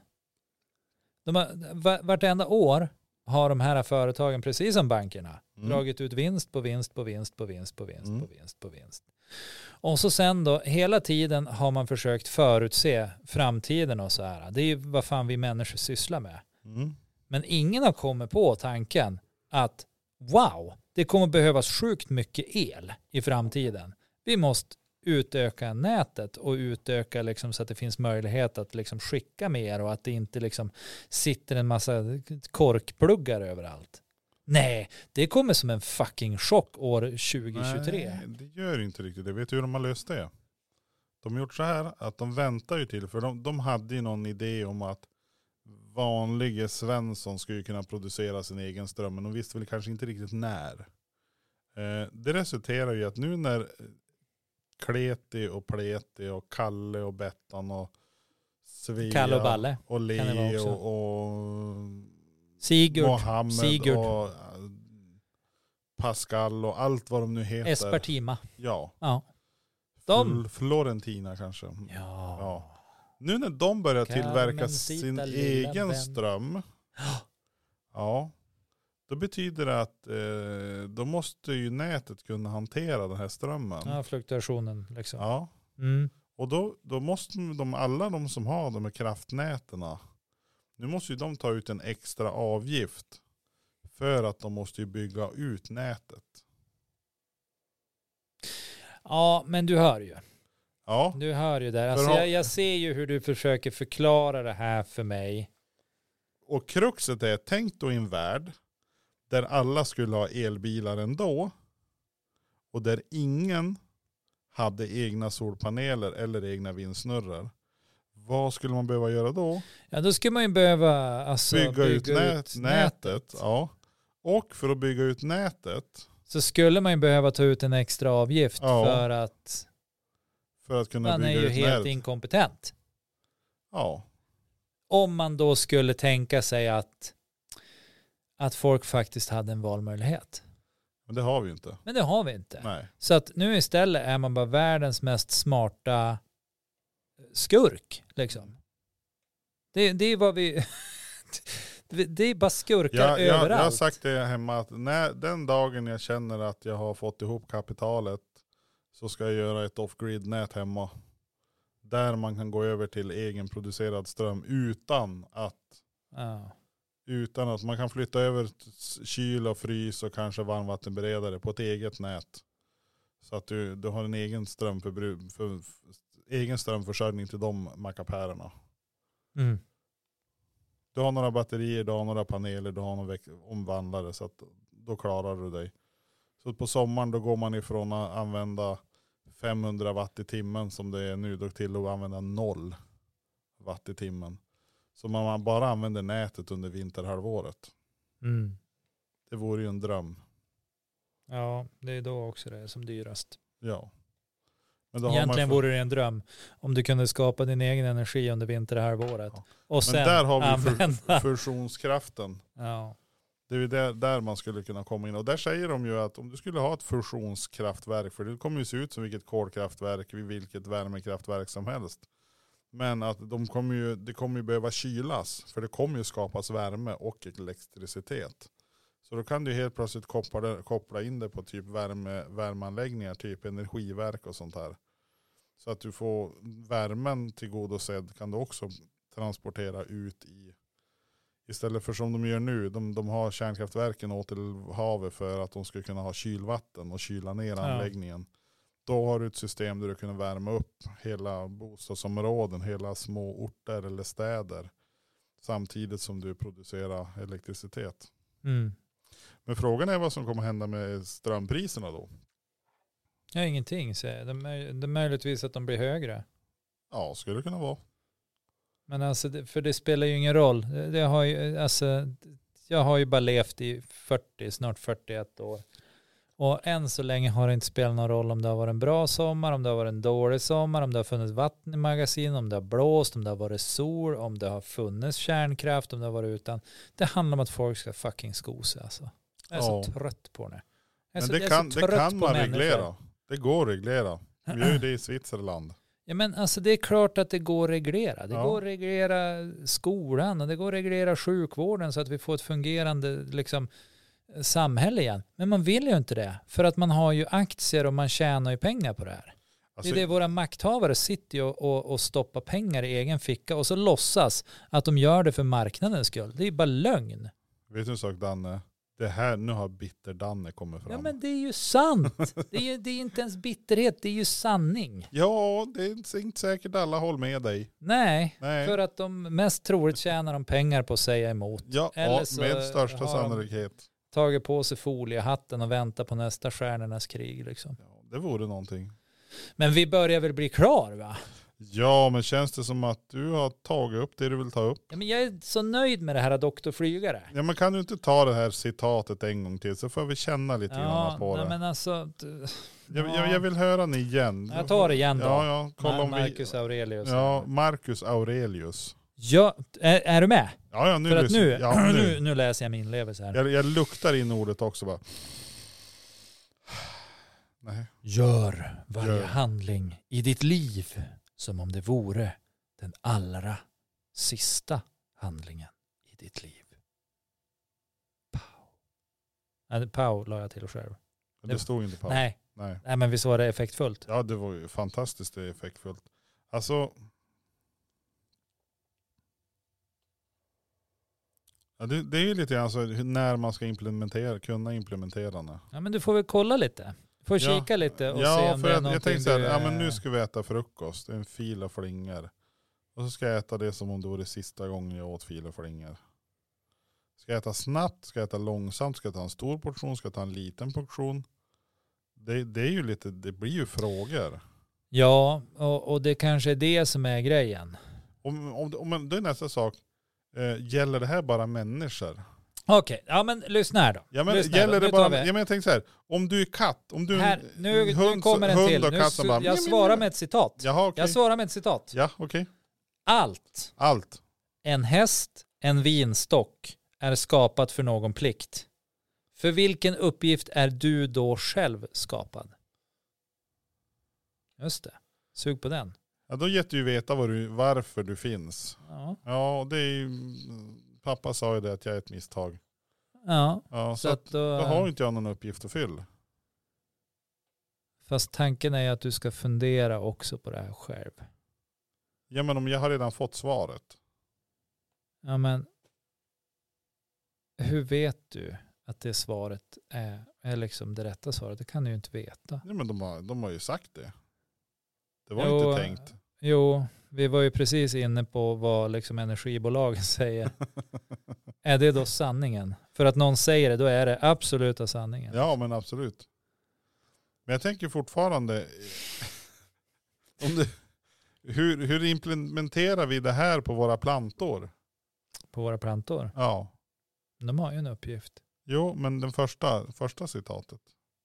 Vartenda år har de här företagen, precis som bankerna, dragit ut vinst på vinst på vinst på vinst på vinst på vinst på vinst. Och så sen då, hela tiden har man försökt förutse framtiden och så här. Det är ju vad fan vi människor sysslar med. Men ingen har kommit på tanken att wow, det kommer behövas sjukt mycket el i framtiden. Vi måste utöka nätet och utöka liksom så att det finns möjlighet att liksom skicka mer och att det inte liksom sitter en massa korkpluggar överallt. Nej, det kommer som en fucking chock år 2023. Nej, det gör inte riktigt det. Vet du hur de har löst det? De har gjort så här att de väntar ju till, för de hade ju någon idé om att vanliga Svensson skulle kunna producera sin egen ström, men de visste väl kanske inte riktigt när. Det resulterar ju att nu när Kleti och Pleti och Kalle och Bettan och Svea Kalle och Balle och Le och Sigurd och Pascal och allt vad de nu heter. Espartima. Ja. Florentina kanske. Ja. Nu när de börjar tillverka sin egen ström. Ja. Då betyder det att då måste ju nätet kunna hantera den här strömmen. Ja, fluktuationen liksom. Ja. Och då måste alla de som har de här kraftnäterna, nu måste ju de ta ut en extra avgift för att de måste ju bygga ut nätet. Ja, men du hör ju. Ja. Du hör ju där. Alltså jag ser ju hur du försöker förklara det här för mig. Och kruxet är, tänk då i en värld där alla skulle ha elbilar ändå och där ingen hade egna solpaneler eller egna vindsnurror. Vad skulle man behöva göra då? Ja, då skulle man ju behöva bygga ut nätet. Ja. Och för att bygga ut nätet så skulle man ju behöva ta ut en extra avgift för att kunna man bygga är ju ut helt nätet. inkompetent. Ja. Om man då skulle tänka sig att folk faktiskt hade en valmöjlighet. Men det har vi inte. Men det har vi inte. Nej. Så att nu istället är man bara världens mest smarta skurk liksom. Det är vad vi... Det är bara skurkar överallt. Jag har sagt det hemma att den dagen jag känner att jag har fått ihop kapitalet så ska jag göra ett off-grid-nät hemma. Där man kan gå över till egenproducerad ström utan att man kan flytta över kyl och frys och kanske varmvattenberedare på ett eget nät. Så att du har en egen egen strömförsörjning till de mackapärerna. Mm. Du har några batterier, du har några paneler, du har några omvandlare så att då klarar du dig. Så på sommaren då går man ifrån att använda 500 watt i timmen som det är nu då till att använda 0 watt i timmen. Så man bara använder nätet under vinterhalvåret. Mm. Det vore ju en dröm. Ja, det är då också det är som dyrast. Ja. Men då egentligen vore det en dröm om du kunde skapa din egen energi under vinterhalvåret. Ja. Och sen men där har vi fusionskraften. Ja. Det är där man skulle kunna komma in. Och där säger de ju att om du skulle ha ett fusionskraftverk, för det kommer ju se ut som vilket kolkraftverk, vilket värmekraftverk som helst. Men att det kommer ju behöva kylas, för det kommer ju skapas värme och elektricitet. Så då kan du helt plötsligt koppla in det på typ värmeanläggningar, typ energiverk och sånt här. Så att du får värmen tillgodosedd kan du också transportera ut istället för som de gör nu. De har kärnkraftverken åt till havet för att de ska kunna ha kylvatten och kyla ner anläggningen. Då har du ett system där du kan värma upp hela bostadsområden, hela små orter eller städer. Samtidigt som du producerar elektricitet. Mm. Men frågan är vad som kommer hända med strömpriserna då? Ja, ingenting. Det är möjligtvis att de blir högre. Ja, skulle det kunna vara. Men alltså, för det spelar ju ingen roll. Jag har ju bara levt i snart 41 år. Och än så länge har det inte spelat någon roll om det har varit en bra sommar, om det har varit en dålig sommar, om det har funnits vatten i magasin, om det har blåst, om det har varit sol, om det har funnits kärnkraft, om det har varit utan. Det handlar om att folk ska fucking sko sig alltså. Jag är så trött på det. Men det kan man reglera. Det går att reglera. Vi gör ju det i Switzerland. Ja, men alltså det är klart att det går att reglera. Det går att reglera skolan och det går att reglera sjukvården så att vi får ett fungerande samhälle igen. Men man vill ju inte det. För att man har ju aktier och man tjänar ju pengar på det här. Alltså, det är det våra makthavare sitter ju och stoppar pengar i egen ficka och så låtsas att de gör det för marknadens skull. Det är bara lögn. Vet du en sak, Danne? Det här, nu har bitter-Danne kommit fram. Ja, men det är ju sant. Det är inte ens bitterhet, det är ju sanning. Ja, det är inte säkert alla håller med dig. Nej, för att de mest troligt tjänar de pengar på att säga emot. Ja, med största sannolikhet. Tagit på sig foliehatten och väntar på nästa stjärnornas krig. Liksom. Ja, det vore någonting. Men vi börjar väl bli klar, va? Ja, men känns det som att du har tagit upp det du vill ta upp? Ja, men jag är så nöjd med det här doktorflygare. Ja, men kan du inte ta det här citatet en gång till så får vi känna lite grann på det. Men alltså, jag vill höra den igen. Jag tar det igen då. Ja, kolla om Marcus Aurelius. Ja, Marcus Aurelius. Ja, är du med? Ja, nu. För att nu läser jag min inlevelse här. Jag luktar in ordet också bara. Nej. Gör varje handling i ditt liv som om det vore den allra sista handlingen i ditt liv. Pau la jag till själv. Det stod inte Pau. Nej, men visst var det effektfullt? Ja, det var ju fantastiskt effektfullt. Alltså, ja, det är ju lite grann så när man ska kunna implementera det. Ja, men du får väl kolla lite. Får kika lite och se om det är någonting. Jag tänkte så här, men nu ska vi äta frukost. En fil och flingor. Och så ska jag äta det som om det var det sista gången jag åt fil och flingor. Ska jag äta snabbt? Ska jag äta långsamt? Ska jag ta en stor portion? Ska jag ta en liten portion? Det är ju lite, det blir ju frågor. Ja, och det kanske är det som är grejen. Om det är nästa sak. Gäller det här bara människor? Okej, ja men lyssna här då. Ja, men gäller det bara, ja, men jag tänker så här, om du är katt, om du här, nu kommer en till. Jag svarar med ett citat. Jaha, okay. Jag svarar med ett citat. Ja, okej. Okay. Allt. En häst, en vinstock är skapat för någon plikt. För vilken uppgift är du då själv skapad? Just det. Sug på den. Ja, då ger du ju veta varför du finns. Ja, det är ju, pappa sa ju det att jag är ett misstag. Ja, så att då har inte jag någon uppgift att fylla. Fast tanken är att du ska fundera också på det här själv. Ja, men om jag har redan fått svaret. Ja, men hur vet du att det svaret är liksom det rätta svaret? Det kan du ju inte veta. Ja, men de har ju sagt det. Det var inte tänkt. Jo, vi var ju precis inne på vad liksom energibolagen säger. Är det då sanningen? För att någon säger det, då är det absoluta sanningen. Ja, men absolut. Men jag tänker fortfarande, hur implementerar vi det här på våra plantor? På våra plantor? Ja. De har ju en uppgift. Jo, men den första citatet.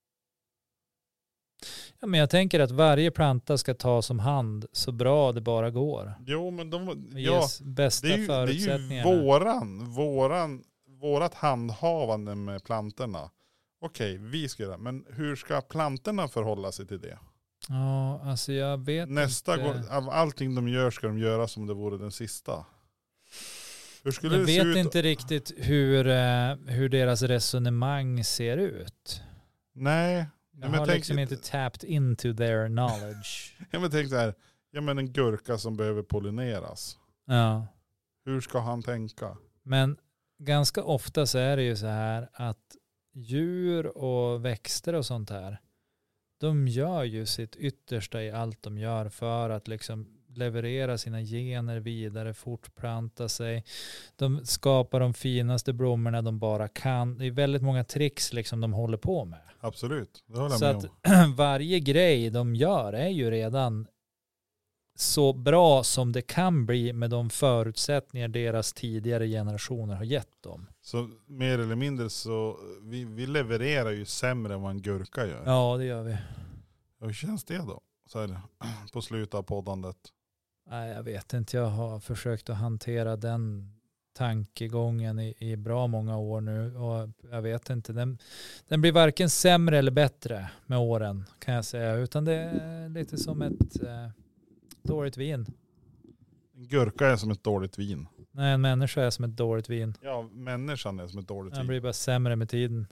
Ja, men jag tänker att varje planta ska tas om hand så bra det bara går. Jo, men bästa förutsättningarna. Det är ju vårat handhavande med plantorna. Okej, vi ska göra. Men hur ska plantorna förhålla sig till det? Ja, alltså jag vet Nästa inte. gång, av allting de gör ska de göra som det vore den sista. Hur skulle jag det se vet ut? inte riktigt hur deras resonemang ser ut. Nej. Jag har liksom inte tapped into their knowledge. Jag tänkte så här, en gurka som behöver pollineras. Ja. Hur ska han tänka? Men ganska ofta så är det ju så här att djur och växter och sånt här, de gör ju sitt yttersta i allt de gör för att liksom leverera sina gener vidare, fortplanta sig. De skapar de finaste blommorna de bara kan. Det är väldigt många tricks liksom de håller på med. Absolut, det håller så jag med att varje grej de gör är ju redan så bra som det kan bli med de förutsättningar deras tidigare generationer har gett dem. Så mer eller mindre så vi levererar ju sämre än vad en gurka gör. Ja, det gör vi. Hur känns det då? Så här, på slutet av poddandet. Nej, jag vet inte. Jag har försökt att hantera den tankegången i bra många år nu. Och jag vet inte. Den blir varken sämre eller bättre med åren kan jag säga. Utan det är lite som ett dåligt vin. En gurka är som ett dåligt vin. Nej, en människa är som ett dåligt vin. Ja, människan är som ett dåligt vin. Den blir bara sämre med tiden.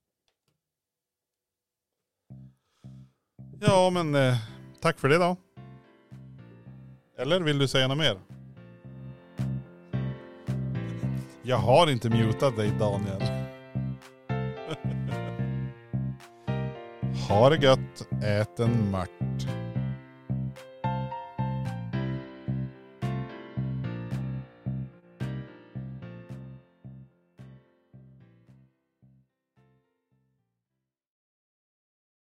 Ja, men tack för det då. Eller vill du säga något mer? Jag har inte mutat dig, Daniel. Ha det gött, ät en mack.